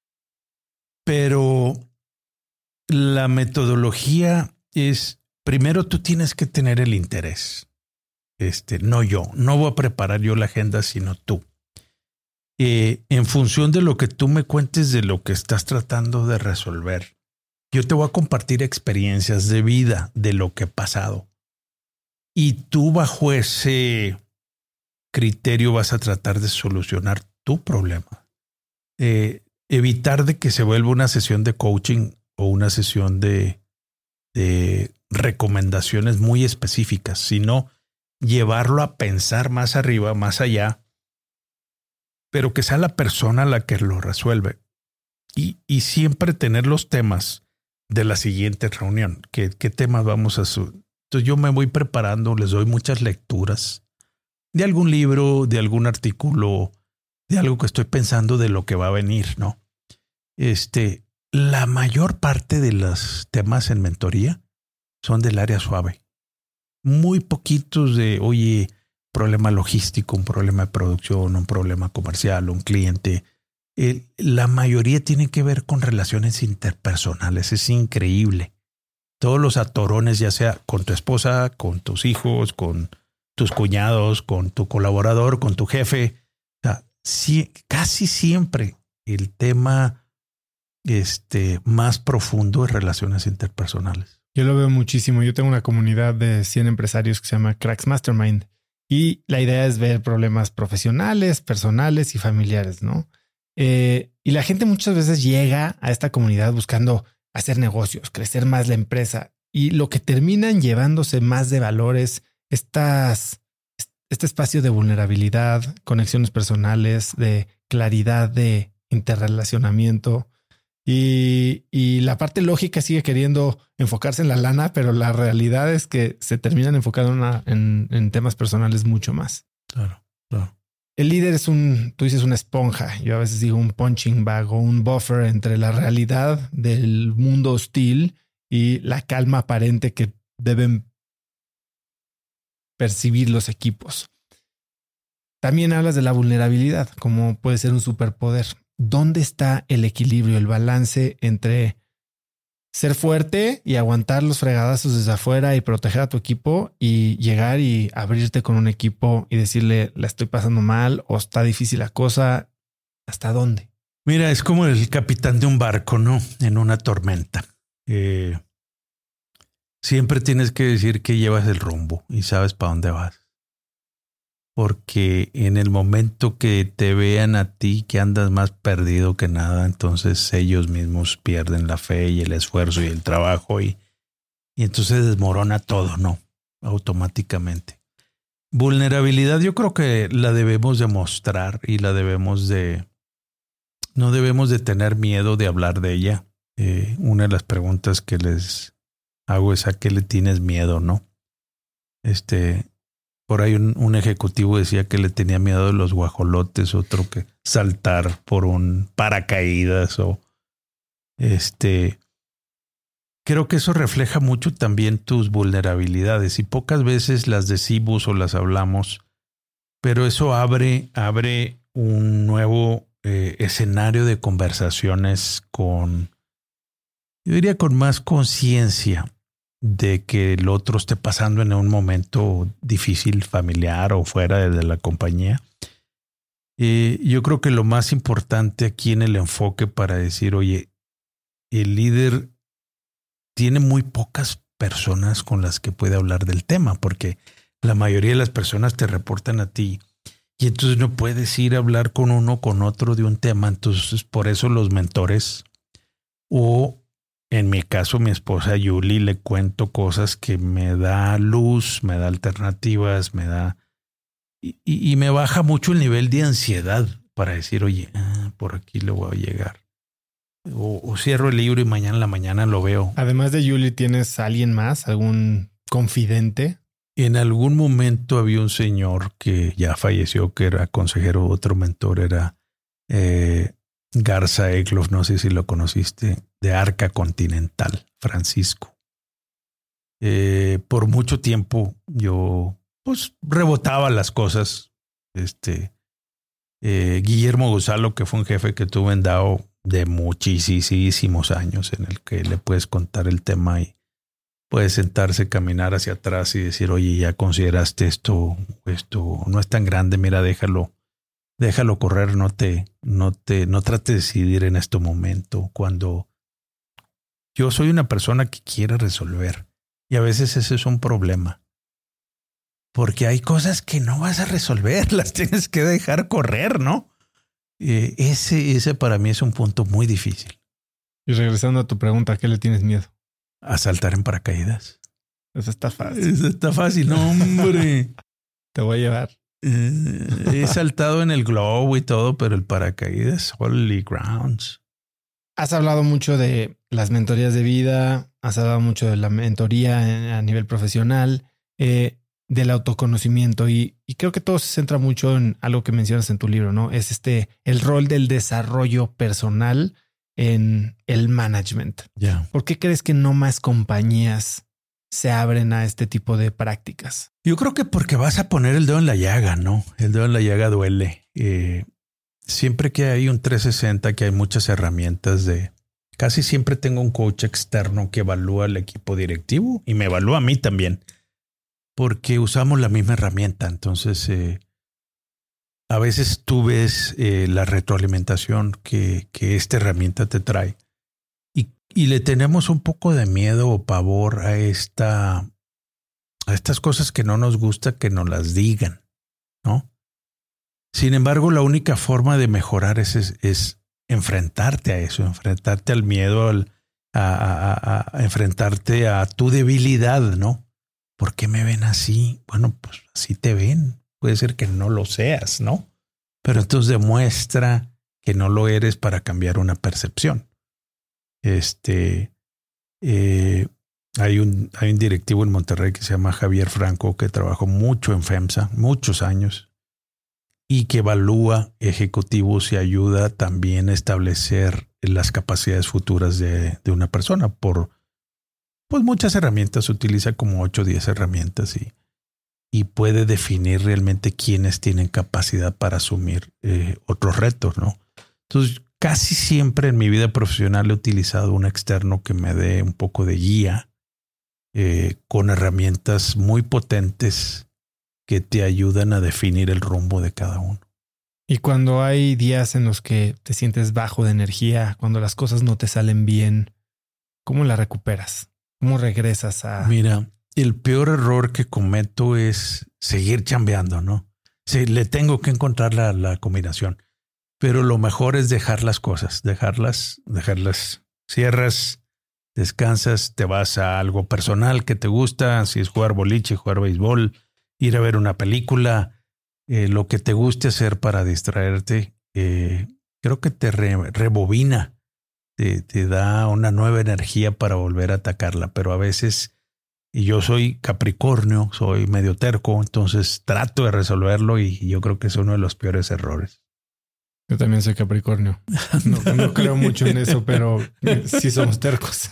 Pero la metodología es, primero tú tienes que tener el interés. Este, no yo, no voy a preparar yo la agenda, sino tú. Eh, en función de lo que tú me cuentes de lo que estás tratando de resolver, yo te voy a compartir experiencias de vida de lo que he pasado. Y tú bajo ese criterio vas a tratar de solucionar tu problema. Eh, evitar de que se vuelva una sesión de coaching o una sesión de, de recomendaciones muy específicas, sino llevarlo a pensar más arriba, más allá, pero que sea la persona la que lo resuelve. Y, y siempre tener los temas de la siguiente reunión. ¿Qué, qué temas vamos a subir? Entonces yo me voy preparando, les doy muchas lecturas de algún libro, de algún artículo, de algo que estoy pensando de lo que va a venir, ¿no? Este, la mayor parte de los temas en mentoría son del área suave. Muy poquitos de, oye, problema logístico, un problema de producción, un problema comercial, un cliente. Eh, la mayoría tiene que ver con relaciones interpersonales. Es increíble. Todos los atorones, ya sea con tu esposa, con tus hijos, con tus cuñados, con tu colaborador, con tu jefe. O sea, sí, casi siempre el tema este, más profundo es relaciones interpersonales. Yo lo veo muchísimo. Yo tengo una comunidad de cien empresarios que se llama Cracks Mastermind y la idea es ver problemas profesionales, personales y familiares, ¿no? Eh, y la gente muchas veces llega a esta comunidad buscando hacer negocios, crecer más la empresa y lo que terminan llevándose más de valores, estas, este espacio de vulnerabilidad, conexiones personales, de claridad, de interrelacionamiento y, y la parte lógica sigue queriendo enfocarse en la lana, pero la realidad es que se terminan enfocando en, una, en, en temas personales mucho más. Claro, claro. El líder es un, tú dices una esponja. Yo a veces digo un punching bag o un buffer entre la realidad del mundo hostil y la calma aparente que deben percibir los equipos. También hablas de la vulnerabilidad, como puede ser un superpoder. ¿Dónde está el equilibrio, el balance entre ser fuerte y aguantar los fregadazos desde afuera y proteger a tu equipo y llegar y abrirte con un equipo y decirle la estoy pasando mal o está difícil la cosa. ¿Hasta dónde? Mira, es como el capitán de un barco, ¿no? En una tormenta. Eh, siempre tienes que decir que llevas el rumbo y sabes para dónde vas. Porque en el momento que te vean a ti que andas más perdido que nada, entonces ellos mismos pierden la fe y el esfuerzo y el trabajo y, y entonces desmorona todo, ¿no? Automáticamente. Vulnerabilidad yo creo que la debemos de mostrar y la debemos de... No debemos de tener miedo de hablar de ella. Eh, una de las preguntas que les hago es ¿a qué le tienes miedo, no? Este... Por ahí un, un ejecutivo decía que le tenía miedo de los guajolotes, otro que saltar por un paracaídas o este. Creo que eso refleja mucho también tus vulnerabilidades y pocas veces las decimos o las hablamos, pero eso abre, abre un nuevo eh, escenario de conversaciones con, yo diría con más conciencia de que el otro esté pasando en un momento difícil, familiar o fuera de la compañía. Eh, yo creo que lo más importante aquí en el enfoque para decir, oye, el líder tiene muy pocas personas con las que puede hablar del tema, porque la mayoría de las personas te reportan a ti y entonces no puedes ir a hablar con uno con otro de un tema. Entonces, por eso los mentores o en mi caso, mi esposa Yuli, le cuento cosas que me da luz, me da alternativas, me da... Y, y, y me baja mucho el nivel de ansiedad para decir, oye, ah, por aquí le voy a llegar. O, o cierro el libro y mañana en la mañana lo veo. Además de Yuli, ¿tienes a alguien más? ¿Algún confidente? En algún momento había un señor que ya falleció, que era consejero, otro mentor era... Eh, Garza Egloff, no sé si lo conociste, de Arca Continental, Francisco. Eh, por mucho tiempo yo pues rebotaba las cosas. Este eh, Guillermo Gonzalo, que fue un jefe que tuve en DAO de muchísimos años, en el que le puedes contar el tema y puedes sentarse, caminar hacia atrás y decir, oye, ya consideraste esto, esto no es tan grande, mira, déjalo. Déjalo correr, no te, no te, no trates de decidir en este momento. Cuando yo soy una persona que quiere resolver y a veces ese es un problema. Porque hay cosas que no vas a resolver, las tienes que dejar correr, ¿no? Eh, ese, ese para mí es un punto muy difícil. Y regresando a tu pregunta, ¿a qué le tienes miedo? A saltar en paracaídas. Eso está fácil. Eso está fácil, no, hombre. Te voy a llevar. Eh, he saltado en el globo y todo, pero el paracaídas, holy grounds. Has hablado mucho de las mentorías de vida, has hablado mucho de la mentoría a nivel profesional, eh, del autoconocimiento y, y creo que todo se centra mucho en algo que mencionas en tu libro, ¿no? Es este, el rol del desarrollo personal en el management. Yeah. ¿Por qué crees que no más compañías se abren a este tipo de prácticas? Yo creo que porque vas a poner el dedo en la llaga, ¿no? El dedo en la llaga duele. Eh, siempre que hay un trescientos sesenta, que hay muchas herramientas de... Casi siempre tengo un coach externo que evalúa al equipo directivo y me evalúa a mí también, porque usamos la misma herramienta. Entonces, eh, a veces tú ves eh, la retroalimentación que, que esta herramienta te trae y, y le tenemos un poco de miedo o pavor a esta, a estas cosas que no nos gusta que nos las digan, ¿no? Sin embargo, la única forma de mejorar es, es, es enfrentarte a eso, enfrentarte al miedo, al, a, a, a enfrentarte a tu debilidad, ¿no? ¿Por qué me ven así? Bueno, pues así te ven. Puede ser que no lo seas, ¿no? Pero entonces demuestra que no lo eres para cambiar una percepción. Este, eh, hay un, hay un directivo en Monterrey que se llama Javier Franco, que trabajó mucho en FEMSA, muchos años, y que evalúa ejecutivos y ayuda también a establecer las capacidades futuras de, de una persona. Por pues muchas herramientas, utiliza como ocho o diez herramientas y, y puede definir realmente quiénes tienen capacidad para asumir eh, otros retos, ¿no? Entonces, casi siempre en mi vida profesional he utilizado un externo que me dé un poco de guía eh, con herramientas muy potentes que te ayudan a definir el rumbo de cada uno. Y cuando hay días en los que te sientes bajo de energía, cuando las cosas no te salen bien, ¿cómo la recuperas? ¿Cómo regresas a...? Mira, el peor error que cometo es seguir chambeando, ¿no? Sí, le tengo que encontrar la, la combinación. Pero lo mejor es dejar las cosas, dejarlas, dejarlas. Cierras, descansas, te vas a algo personal que te gusta, si es jugar boliche, jugar béisbol, ir a ver una película, eh, lo que te guste hacer para distraerte, eh, creo que te re, rebobina, te, te da una nueva energía para volver a atacarla. Pero a veces, y yo soy Capricornio, soy medio terco, entonces trato de resolverlo y yo creo que es uno de los peores errores. Yo también soy Capricornio. No, no creo mucho en eso, pero sí somos tercos.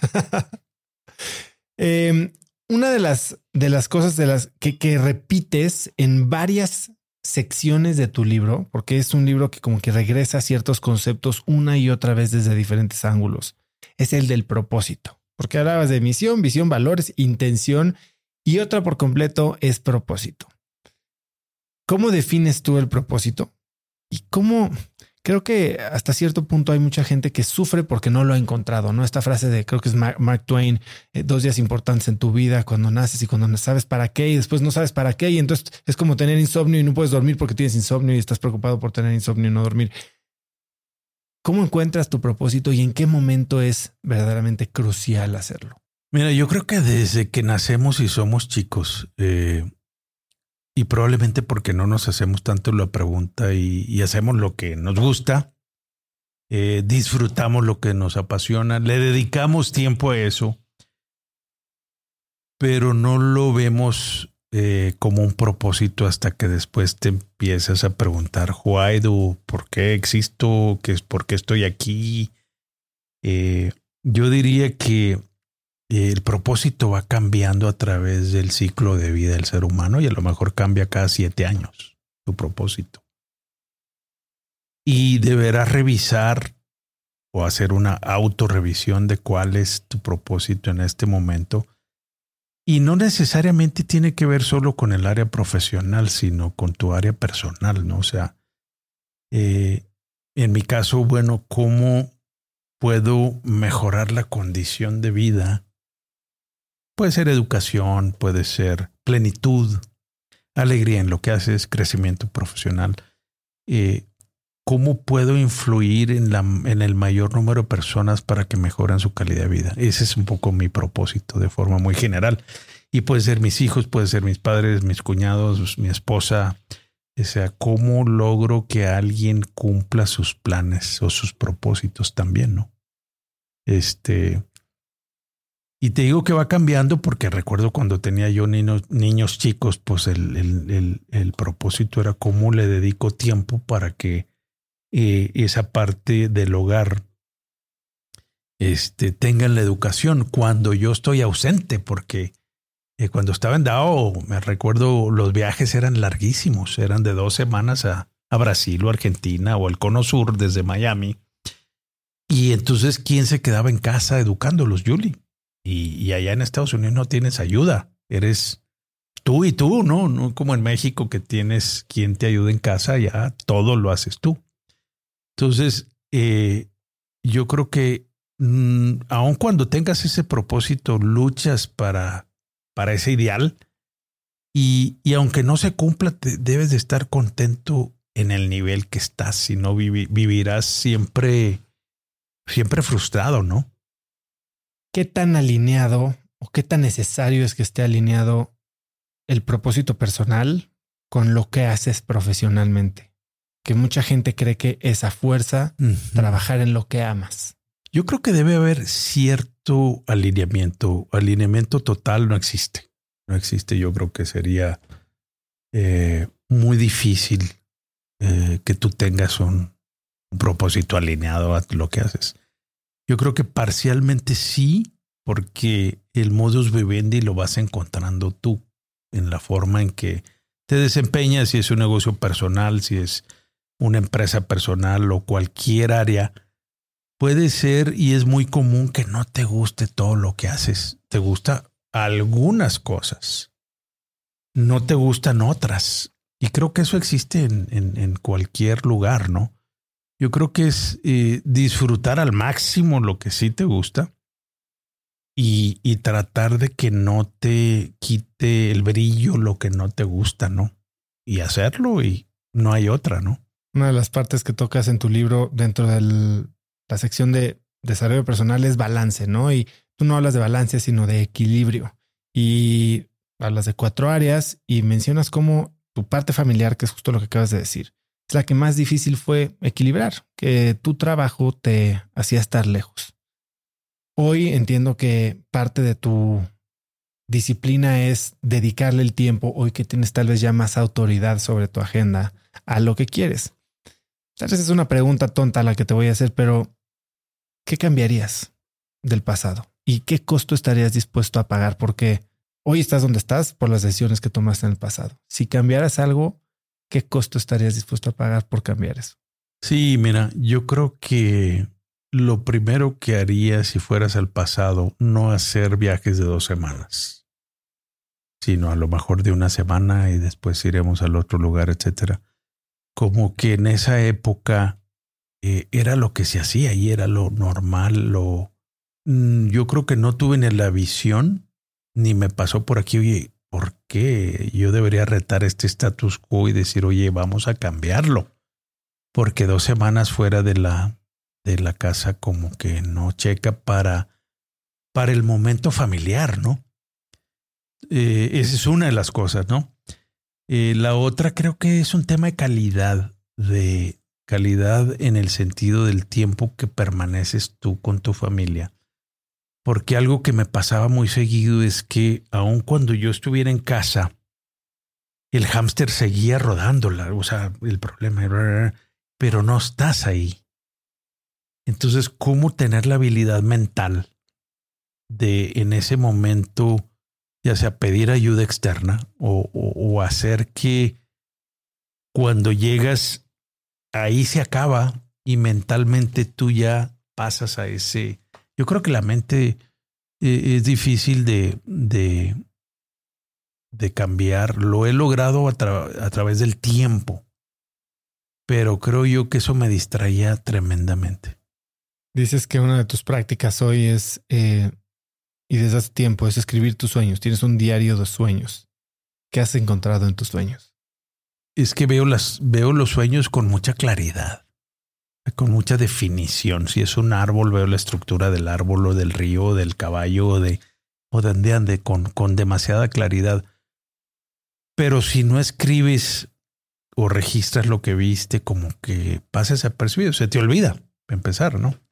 eh, una de las, de las cosas de las que, que repites en varias secciones de tu libro, porque es un libro que como que regresa a ciertos conceptos una y otra vez desde diferentes ángulos, es el del propósito. Porque hablabas de misión, visión, valores, intención, y otra por completo es propósito. ¿Cómo defines tú el propósito? Y cómo... Creo que hasta cierto punto hay mucha gente que sufre porque no lo ha encontrado, ¿no? Esta frase de, creo que es Mark Twain, eh, dos días importantes en tu vida, cuando naces y cuando no sabes para qué y después no sabes para qué. Y entonces es como tener insomnio y no puedes dormir porque tienes insomnio y estás preocupado por tener insomnio y no dormir. ¿Cómo encuentras tu propósito y en qué momento es verdaderamente crucial hacerlo? Mira, yo creo que desde que nacemos y somos chicos, eh, y probablemente porque no nos hacemos tanto la pregunta y, y hacemos lo que nos gusta, eh, disfrutamos lo que nos apasiona, le dedicamos tiempo a eso, pero no lo vemos eh, como un propósito hasta que después te empiezas a preguntar, why do, ¿por qué existo? ¿Qué es, ¿Por qué estoy aquí? Eh, yo diría que el propósito va cambiando a través del ciclo de vida del ser humano y a lo mejor cambia cada siete años tu propósito. Y deberás revisar o hacer una autorrevisión de cuál es tu propósito en este momento. Y no necesariamente tiene que ver solo con el área profesional, sino con tu área personal, ¿no? O sea, eh, en mi caso, bueno, ¿cómo puedo mejorar la condición de vida? Puede ser educación, puede ser plenitud, alegría en lo que haces, crecimiento profesional. Eh, ¿Cómo puedo influir en, la, en el mayor número de personas para que mejoren su calidad de vida? Ese es un poco mi propósito de forma muy general. Y puede ser mis hijos, puede ser mis padres, mis cuñados, mi esposa. O sea, ¿cómo logro que alguien cumpla sus planes o sus propósitos también, no? Este... Y te digo que va cambiando porque recuerdo cuando tenía yo niños, niños chicos, pues el, el, el, el propósito era cómo le dedico tiempo para que eh, esa parte del hogar este, tengan la educación cuando yo estoy ausente, porque eh, cuando estaba en Dao, me recuerdo los viajes eran larguísimos, eran de dos semanas a, a Brasil o Argentina o el Cono Sur desde Miami. Y entonces, ¿quién se quedaba en casa educándolos, Julie? Y, y allá en Estados Unidos no tienes ayuda. Eres tú y tú, ¿no? No como en México que tienes quien te ayude en casa, ya todo lo haces tú. Entonces, eh, yo creo que mmm, aun cuando tengas ese propósito, luchas para, para ese ideal. Y, y aunque no se cumpla, te, debes de estar contento en el nivel que estás. Si no, vivi, vivirás siempre, siempre frustrado, ¿no? ¿Qué tan alineado o qué tan necesario es que esté alineado el propósito personal con lo que haces profesionalmente? Que mucha gente cree que es a fuerza uh-huh. trabajar en lo que amas. Yo creo que debe haber cierto alineamiento. Alineamiento total no existe. No existe. Yo creo que sería eh, muy difícil eh, que tú tengas un, un propósito alineado a lo que haces. Yo creo que parcialmente sí, porque el modus vivendi lo vas encontrando tú en la forma en que te desempeñas, si es un negocio personal, si es una empresa personal o cualquier área, puede ser y es muy común que no te guste todo lo que haces. Te gusta algunas cosas, no te gustan otras. Y creo que eso existe en, en, en cualquier lugar, ¿no? Yo creo que es eh, disfrutar al máximo lo que sí te gusta y, y tratar de que no te quite el brillo lo que no te gusta, ¿no? Y hacerlo y no hay otra, ¿no? Una de las partes que tocas en tu libro dentro de la sección de desarrollo personal es balance, ¿no? Y tú no hablas de balance, sino de equilibrio. Y hablas de cuatro áreas y mencionas cómo tu parte familiar, que es justo lo que acabas de decir, es la que más difícil fue equilibrar, que tu trabajo te hacía estar lejos. Hoy entiendo que parte de tu disciplina es dedicarle el tiempo, hoy que tienes tal vez ya más autoridad sobre tu agenda, a lo que quieres. Tal vez es una pregunta tonta la que te voy a hacer, pero ¿qué cambiarías del pasado? ¿Y qué costo estarías dispuesto a pagar? Porque hoy estás donde estás por las decisiones que tomaste en el pasado. Si cambiaras algo, ¿qué costo estarías dispuesto a pagar por cambiar eso? Sí, mira, yo creo que lo primero que haría si fueras al pasado, no hacer viajes de dos semanas, sino a lo mejor de una semana y después iremos al otro lugar, etcétera. Como que en esa época eh, era lo que se hacía y era lo normal, lo yo creo que no tuve ni la visión ni me pasó por aquí, oye, ¿por qué yo debería retar este status quo y decir, oye, vamos a cambiarlo? Porque dos semanas fuera de la, de la casa como que no checa para, para el momento familiar, ¿no? Eh, esa es una de las cosas, ¿no? Eh, la otra creo que es un tema de calidad, de calidad en el sentido del tiempo que permaneces tú con tu familia. Porque algo que me pasaba muy seguido es que aun cuando yo estuviera en casa, el hámster seguía rodándola, o sea, el problema, pero no estás ahí. Entonces, ¿cómo tener la habilidad mental de en ese momento, ya sea pedir ayuda externa o, o, o hacer que cuando llegas, ahí se acaba y mentalmente tú ya pasas a ese... Yo creo que la mente eh, es difícil de, de, de cambiar. Lo he logrado a, tra- a través del tiempo, pero creo yo que eso me distraía tremendamente. Dices que una de tus prácticas hoy es, eh, y desde hace tiempo, es escribir tus sueños. Tienes un diario de sueños. ¿Qué has encontrado en tus sueños? Es que veo, las, veo los sueños con mucha claridad, con mucha definición. Si es un árbol, veo la estructura del árbol o del río o del caballo o de, o de ande, ande con, con demasiada claridad. Pero si no escribes o registras lo que viste, como que pasa desapercibido, se te olvida, para empezar, ¿no?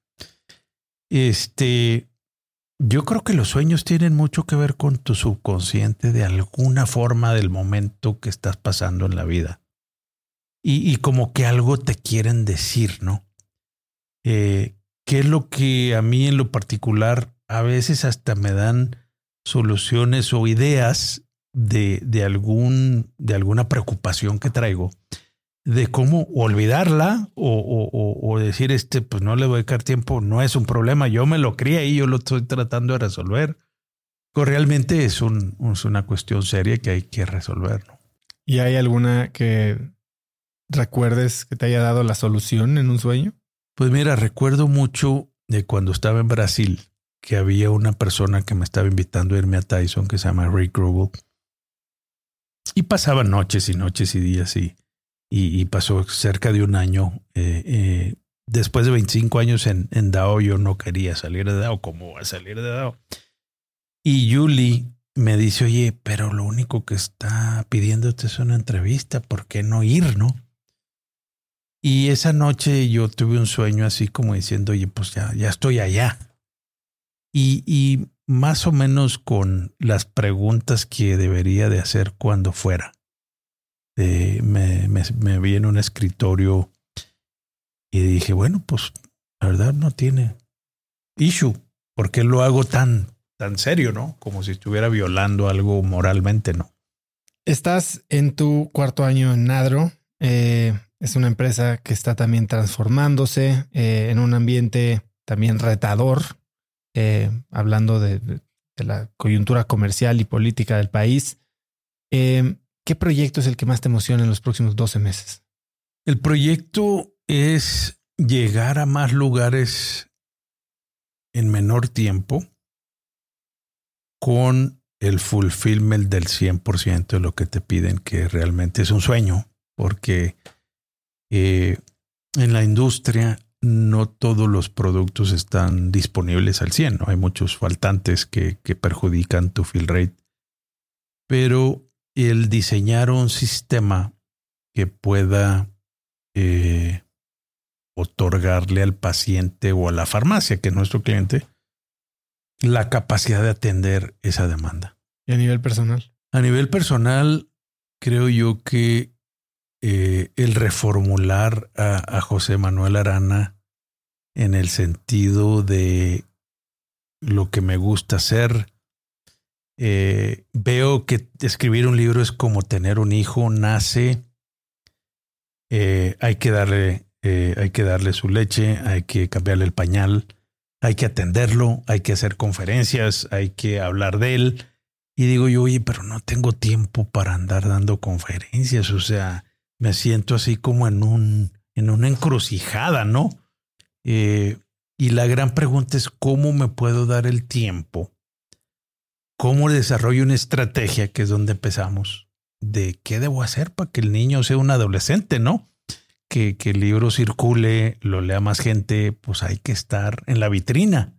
Este, yo creo que los sueños tienen mucho que ver con tu subconsciente de alguna forma del momento que estás pasando en la vida. Y, y como que algo te quieren decir, ¿no? Eh, ¿Qué es lo que a mí en lo particular a veces hasta me dan soluciones o ideas de, de, algún, de alguna preocupación que traigo? De cómo olvidarla o, o, o decir, este, pues no le voy a dedicar tiempo, no es un problema, yo me lo crié y yo lo estoy tratando de resolver. Pero realmente es, un, es una cuestión seria que hay que resolver, ¿no? ¿Y hay alguna que recuerdes que te haya dado la solución en un sueño? Pues mira, recuerdo mucho de cuando estaba en Brasil, que había una persona que me estaba invitando a irme a Tyson que se llama Ray Krugel. Y pasaban noches y noches y días y Y, y pasó cerca de un año. Eh, eh, después de veinticinco años en, en DAO, yo no quería salir de DAO. ¿Cómo voy a salir de DAO? Y Julie me dice, oye, pero lo único que está pidiéndote es una entrevista. ¿Por qué no ir, no? Y esa noche yo tuve un sueño así como diciendo, oye, pues ya, ya estoy allá. Y, y más o menos con las preguntas que debería de hacer cuando fuera. Eh, me, me, me vi en un escritorio y dije, bueno, pues la verdad no tiene issue. ¿Por qué lo hago tan, tan serio, no? Como si estuviera violando algo moralmente, ¿no? Estás en tu cuarto año en Nadro. Eh, es una empresa que está también transformándose eh, en un ambiente también retador, eh, hablando de, de la coyuntura comercial y política del país. Eh, ¿Qué proyecto es el que más te emociona en los próximos doce meses? El proyecto es llegar a más lugares en menor tiempo con el fulfillment del cien por ciento de lo que te piden, que realmente es un sueño, porque eh, en la industria no todos los productos están disponibles al cien, ¿no? Hay muchos faltantes que, que perjudican tu fill rate, pero el diseñar un sistema que pueda eh, otorgarle al paciente o a la farmacia, que es nuestro cliente, la capacidad de atender esa demanda. ¿Y a nivel personal? A nivel personal, creo yo que eh, el reformular a, a José Manuel Arana en el sentido de lo que me gusta hacer. Eh, veo que escribir un libro es como tener un hijo, nace, eh, hay que darle, eh, hay que darle su leche, hay que cambiarle el pañal, hay que atenderlo, hay que hacer conferencias, hay que hablar de él. Y digo yo, oye, pero no tengo tiempo para andar dando conferencias. O sea, me siento así como en un, en una encrucijada, ¿no? Eh, y la gran pregunta es cómo me puedo dar el tiempo, cómo desarrollo una estrategia, que es donde empezamos, de qué debo hacer para que el niño sea un adolescente, ¿no? Que, que el libro circule, lo lea más gente, pues hay que estar en la vitrina.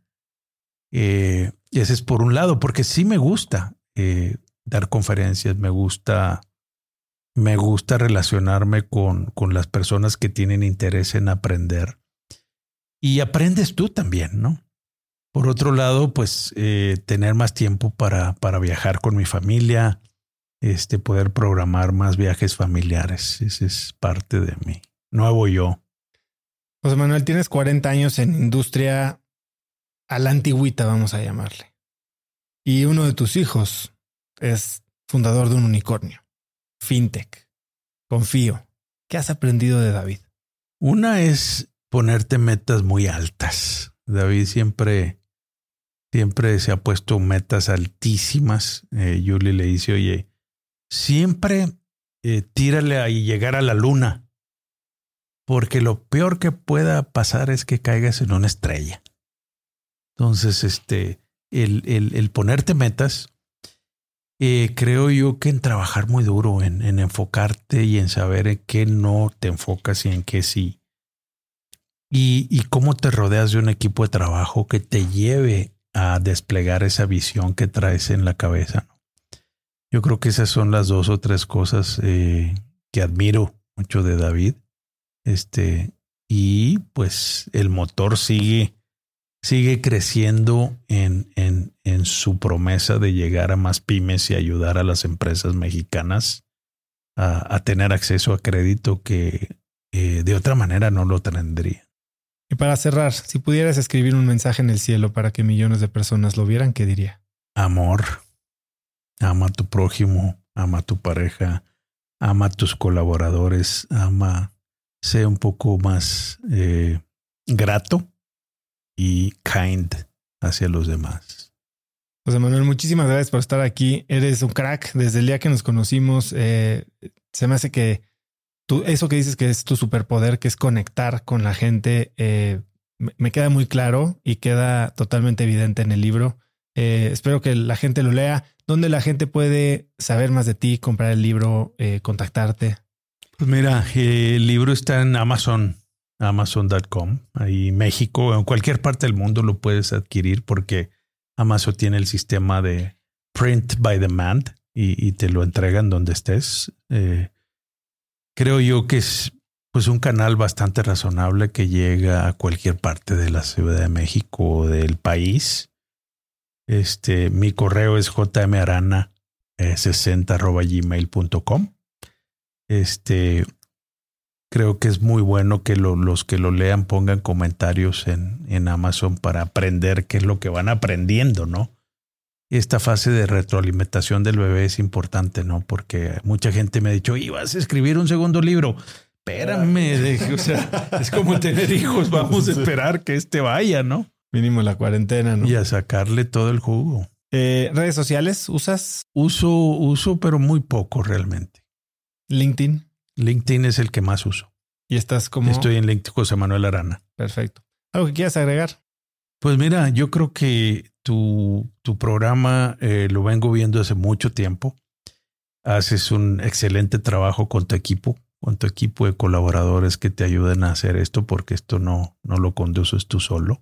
Eh, y ese es por un lado, porque sí me gusta eh, dar conferencias, me gusta, me gusta relacionarme con, con las personas que tienen interés en aprender. Y aprendes tú también, ¿no? Por otro lado, pues eh, tener más tiempo para, para viajar con mi familia, este, poder programar más viajes familiares. Ese es parte de mí. Nuevo yo. José Manuel, tienes cuarenta años en industria a la antigüita, vamos a llamarle. Y uno de tus hijos es fundador de un unicornio. Fintech. Confío. ¿Qué has aprendido de David? Una es ponerte metas muy altas. David siempre, siempre se ha puesto metas altísimas. Eh, Julie le dice, oye, siempre eh, tírale a llegar a la luna. Porque lo peor que pueda pasar es que caigas en una estrella. Entonces, este, el, el, el ponerte metas, eh, creo yo que en trabajar muy duro, en, en enfocarte y en saber en qué no te enfocas y en qué sí. Y, y cómo te rodeas de un equipo de trabajo que te lleve a desplegar esa visión que traes en la cabeza, ¿no? Yo creo que esas son las dos o tres cosas eh, que admiro mucho de David. Este, y pues el motor sigue, sigue creciendo en, en, en su promesa de llegar a más pymes y ayudar a las empresas mexicanas a, a tener acceso a crédito que eh, de otra manera no lo tendría. Y para cerrar, si pudieras escribir un mensaje en el cielo para que millones de personas lo vieran, ¿qué diría? Amor. Ama a tu prójimo, ama a tu pareja, ama a tus colaboradores, ama, sé un poco más eh, grato y kind hacia los demás. José Manuel, muchísimas gracias por estar aquí. Eres un crack. Desde el día que nos conocimos, eh, se me hace que tú, eso que dices que es tu superpoder, que es conectar con la gente, eh, me queda muy claro y queda totalmente evidente en el libro. Eh, espero que la gente lo lea. ¿Dónde la gente puede saber más de ti, comprar el libro, eh, contactarte? Pues mira, eh, el libro está en Amazon, amazon punto com. Ahí México, en cualquier parte del mundo lo puedes adquirir porque Amazon tiene el sistema de print by demand y, y te lo entregan donde estés. Eh, creo yo que es pues un canal bastante razonable que llega a cualquier parte de la Ciudad de México o del país. Este, mi correo es jmarana sesenta arroba gmail punto com. Este, creo que es muy bueno que lo, los que lo lean pongan comentarios en, en Amazon para aprender qué es lo que van aprendiendo, ¿no? Esta fase de retroalimentación del bebé es importante, ¿no? Porque mucha gente me ha dicho, ¿y vas a escribir un segundo libro? espérame, de, o sea, es como tener hijos, vamos a esperar que este vaya, ¿no? Mínimo la cuarentena, ¿no? Y a sacarle todo el jugo. Eh, ¿Redes sociales usas? Uso, uso, pero muy poco realmente. LinkedIn. LinkedIn es el que más uso. Y estás como... Estoy en LinkedIn, José Manuel Arana. Perfecto. ¿Algo que quieras agregar? Pues mira, yo creo que tu, tu programa eh, lo vengo viendo hace mucho tiempo. Haces un excelente trabajo con tu equipo, con tu equipo de colaboradores que te ayuden a hacer esto, porque esto no, no lo conduces tú solo.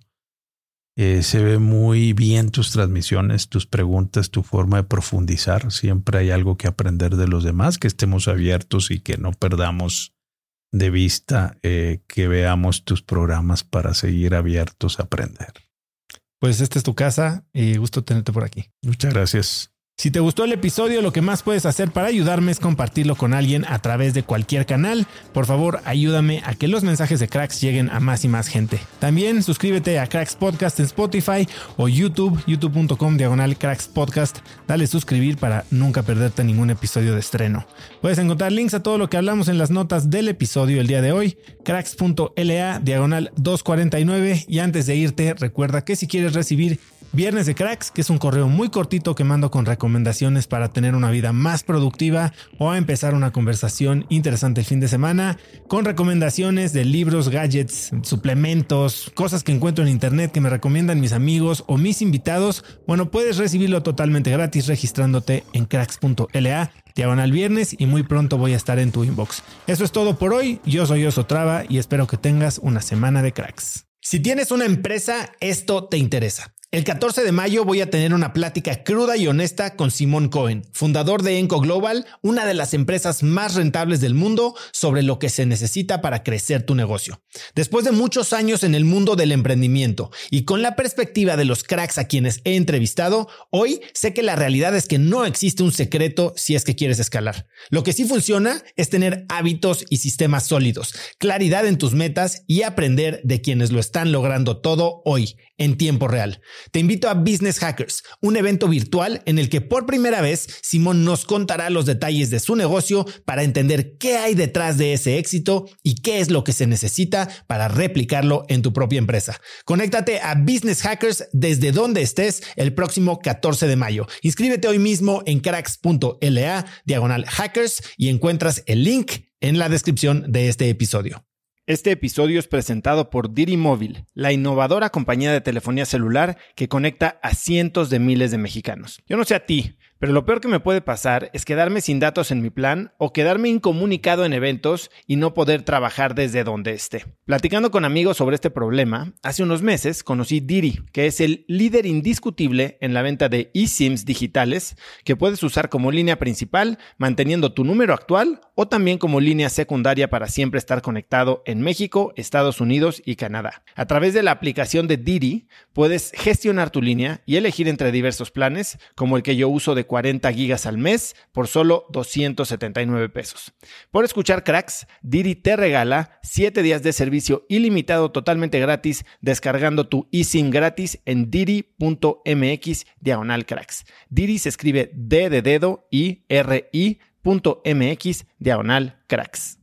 Eh, se ve muy bien tus transmisiones, tus preguntas, tu forma de profundizar. Siempre hay algo que aprender de los demás, que estemos abiertos y que no perdamos de vista, eh, que veamos tus programas para seguir abiertos a aprender. Pues esta es tu casa y gusto tenerte por aquí. Muchas gracias. Si te gustó el episodio, lo que más puedes hacer para ayudarme es compartirlo con alguien a través de cualquier canal. Por favor, ayúdame a que los mensajes de Cracks lleguen a más y más gente. También suscríbete a Cracks Podcast en Spotify o YouTube, youtube punto com diagonal Cracks Podcast. Dale suscribir para nunca perderte ningún episodio de estreno. Puedes encontrar links a todo lo que hablamos en las notas del episodio el día de hoy, cracks punto la diagonal doscientos cuarenta y nueve. Y antes de irte, recuerda que si quieres recibir Viernes de Cracks, que es un correo muy cortito que mando con recomendaciones para tener una vida más productiva o a empezar una conversación interesante el fin de semana, con recomendaciones de libros, gadgets, suplementos, cosas que encuentro en internet que me recomiendan mis amigos o mis invitados. Bueno, puedes recibirlo totalmente gratis registrándote en cracks punto la diagonal viernes y muy pronto voy a estar en tu inbox. Eso es todo por hoy. Yo soy Oso Traba y espero que tengas una semana de cracks. Si tienes una empresa, esto te interesa. El catorce de mayo voy a tener una plática cruda y honesta con Simon Cohen, fundador de Enco Global, una de las empresas más rentables del mundo, sobre lo que se necesita para crecer tu negocio. Después de muchos años en el mundo del emprendimiento y con la perspectiva de los cracks a quienes he entrevistado, hoy sé que la realidad es que no existe un secreto si es que quieres escalar. Lo que sí funciona es tener hábitos y sistemas sólidos, claridad en tus metas y aprender de quienes lo están logrando todo hoy, en tiempo real. Te invito a Business Hackers, un evento virtual en el que por primera vez Simón nos contará los detalles de su negocio para entender qué hay detrás de ese éxito y qué es lo que se necesita para replicarlo en tu propia empresa. Conéctate a Business Hackers desde donde estés el próximo catorce de mayo. Inscríbete hoy mismo en cracks punto la diagonal hackers y encuentras el link en la descripción de este episodio. Este episodio es presentado por Didi Móvil, la innovadora compañía de telefonía celular que conecta a cientos de miles de mexicanos. Yo no sé a ti, pero lo peor que me puede pasar es quedarme sin datos en mi plan o quedarme incomunicado en eventos y no poder trabajar desde donde esté. Platicando con amigos sobre este problema, hace unos meses conocí Didi, que es el líder indiscutible en la venta de eSIMs digitales que puedes usar como línea principal, manteniendo tu número actual o también como línea secundaria para siempre estar conectado en México, Estados Unidos y Canadá. A través de la aplicación de Didi, puedes gestionar tu línea y elegir entre diversos planes, como el que yo uso de cuarenta gigas al mes por solo doscientos setenta y nueve pesos. Por escuchar Cracks, Didi te regala siete días de servicio ilimitado totalmente gratis descargando tu eSIM gratis en didi punto mx diagonal cracks. Didi se escribe D de dedo y R I punto mx diagonal cracks.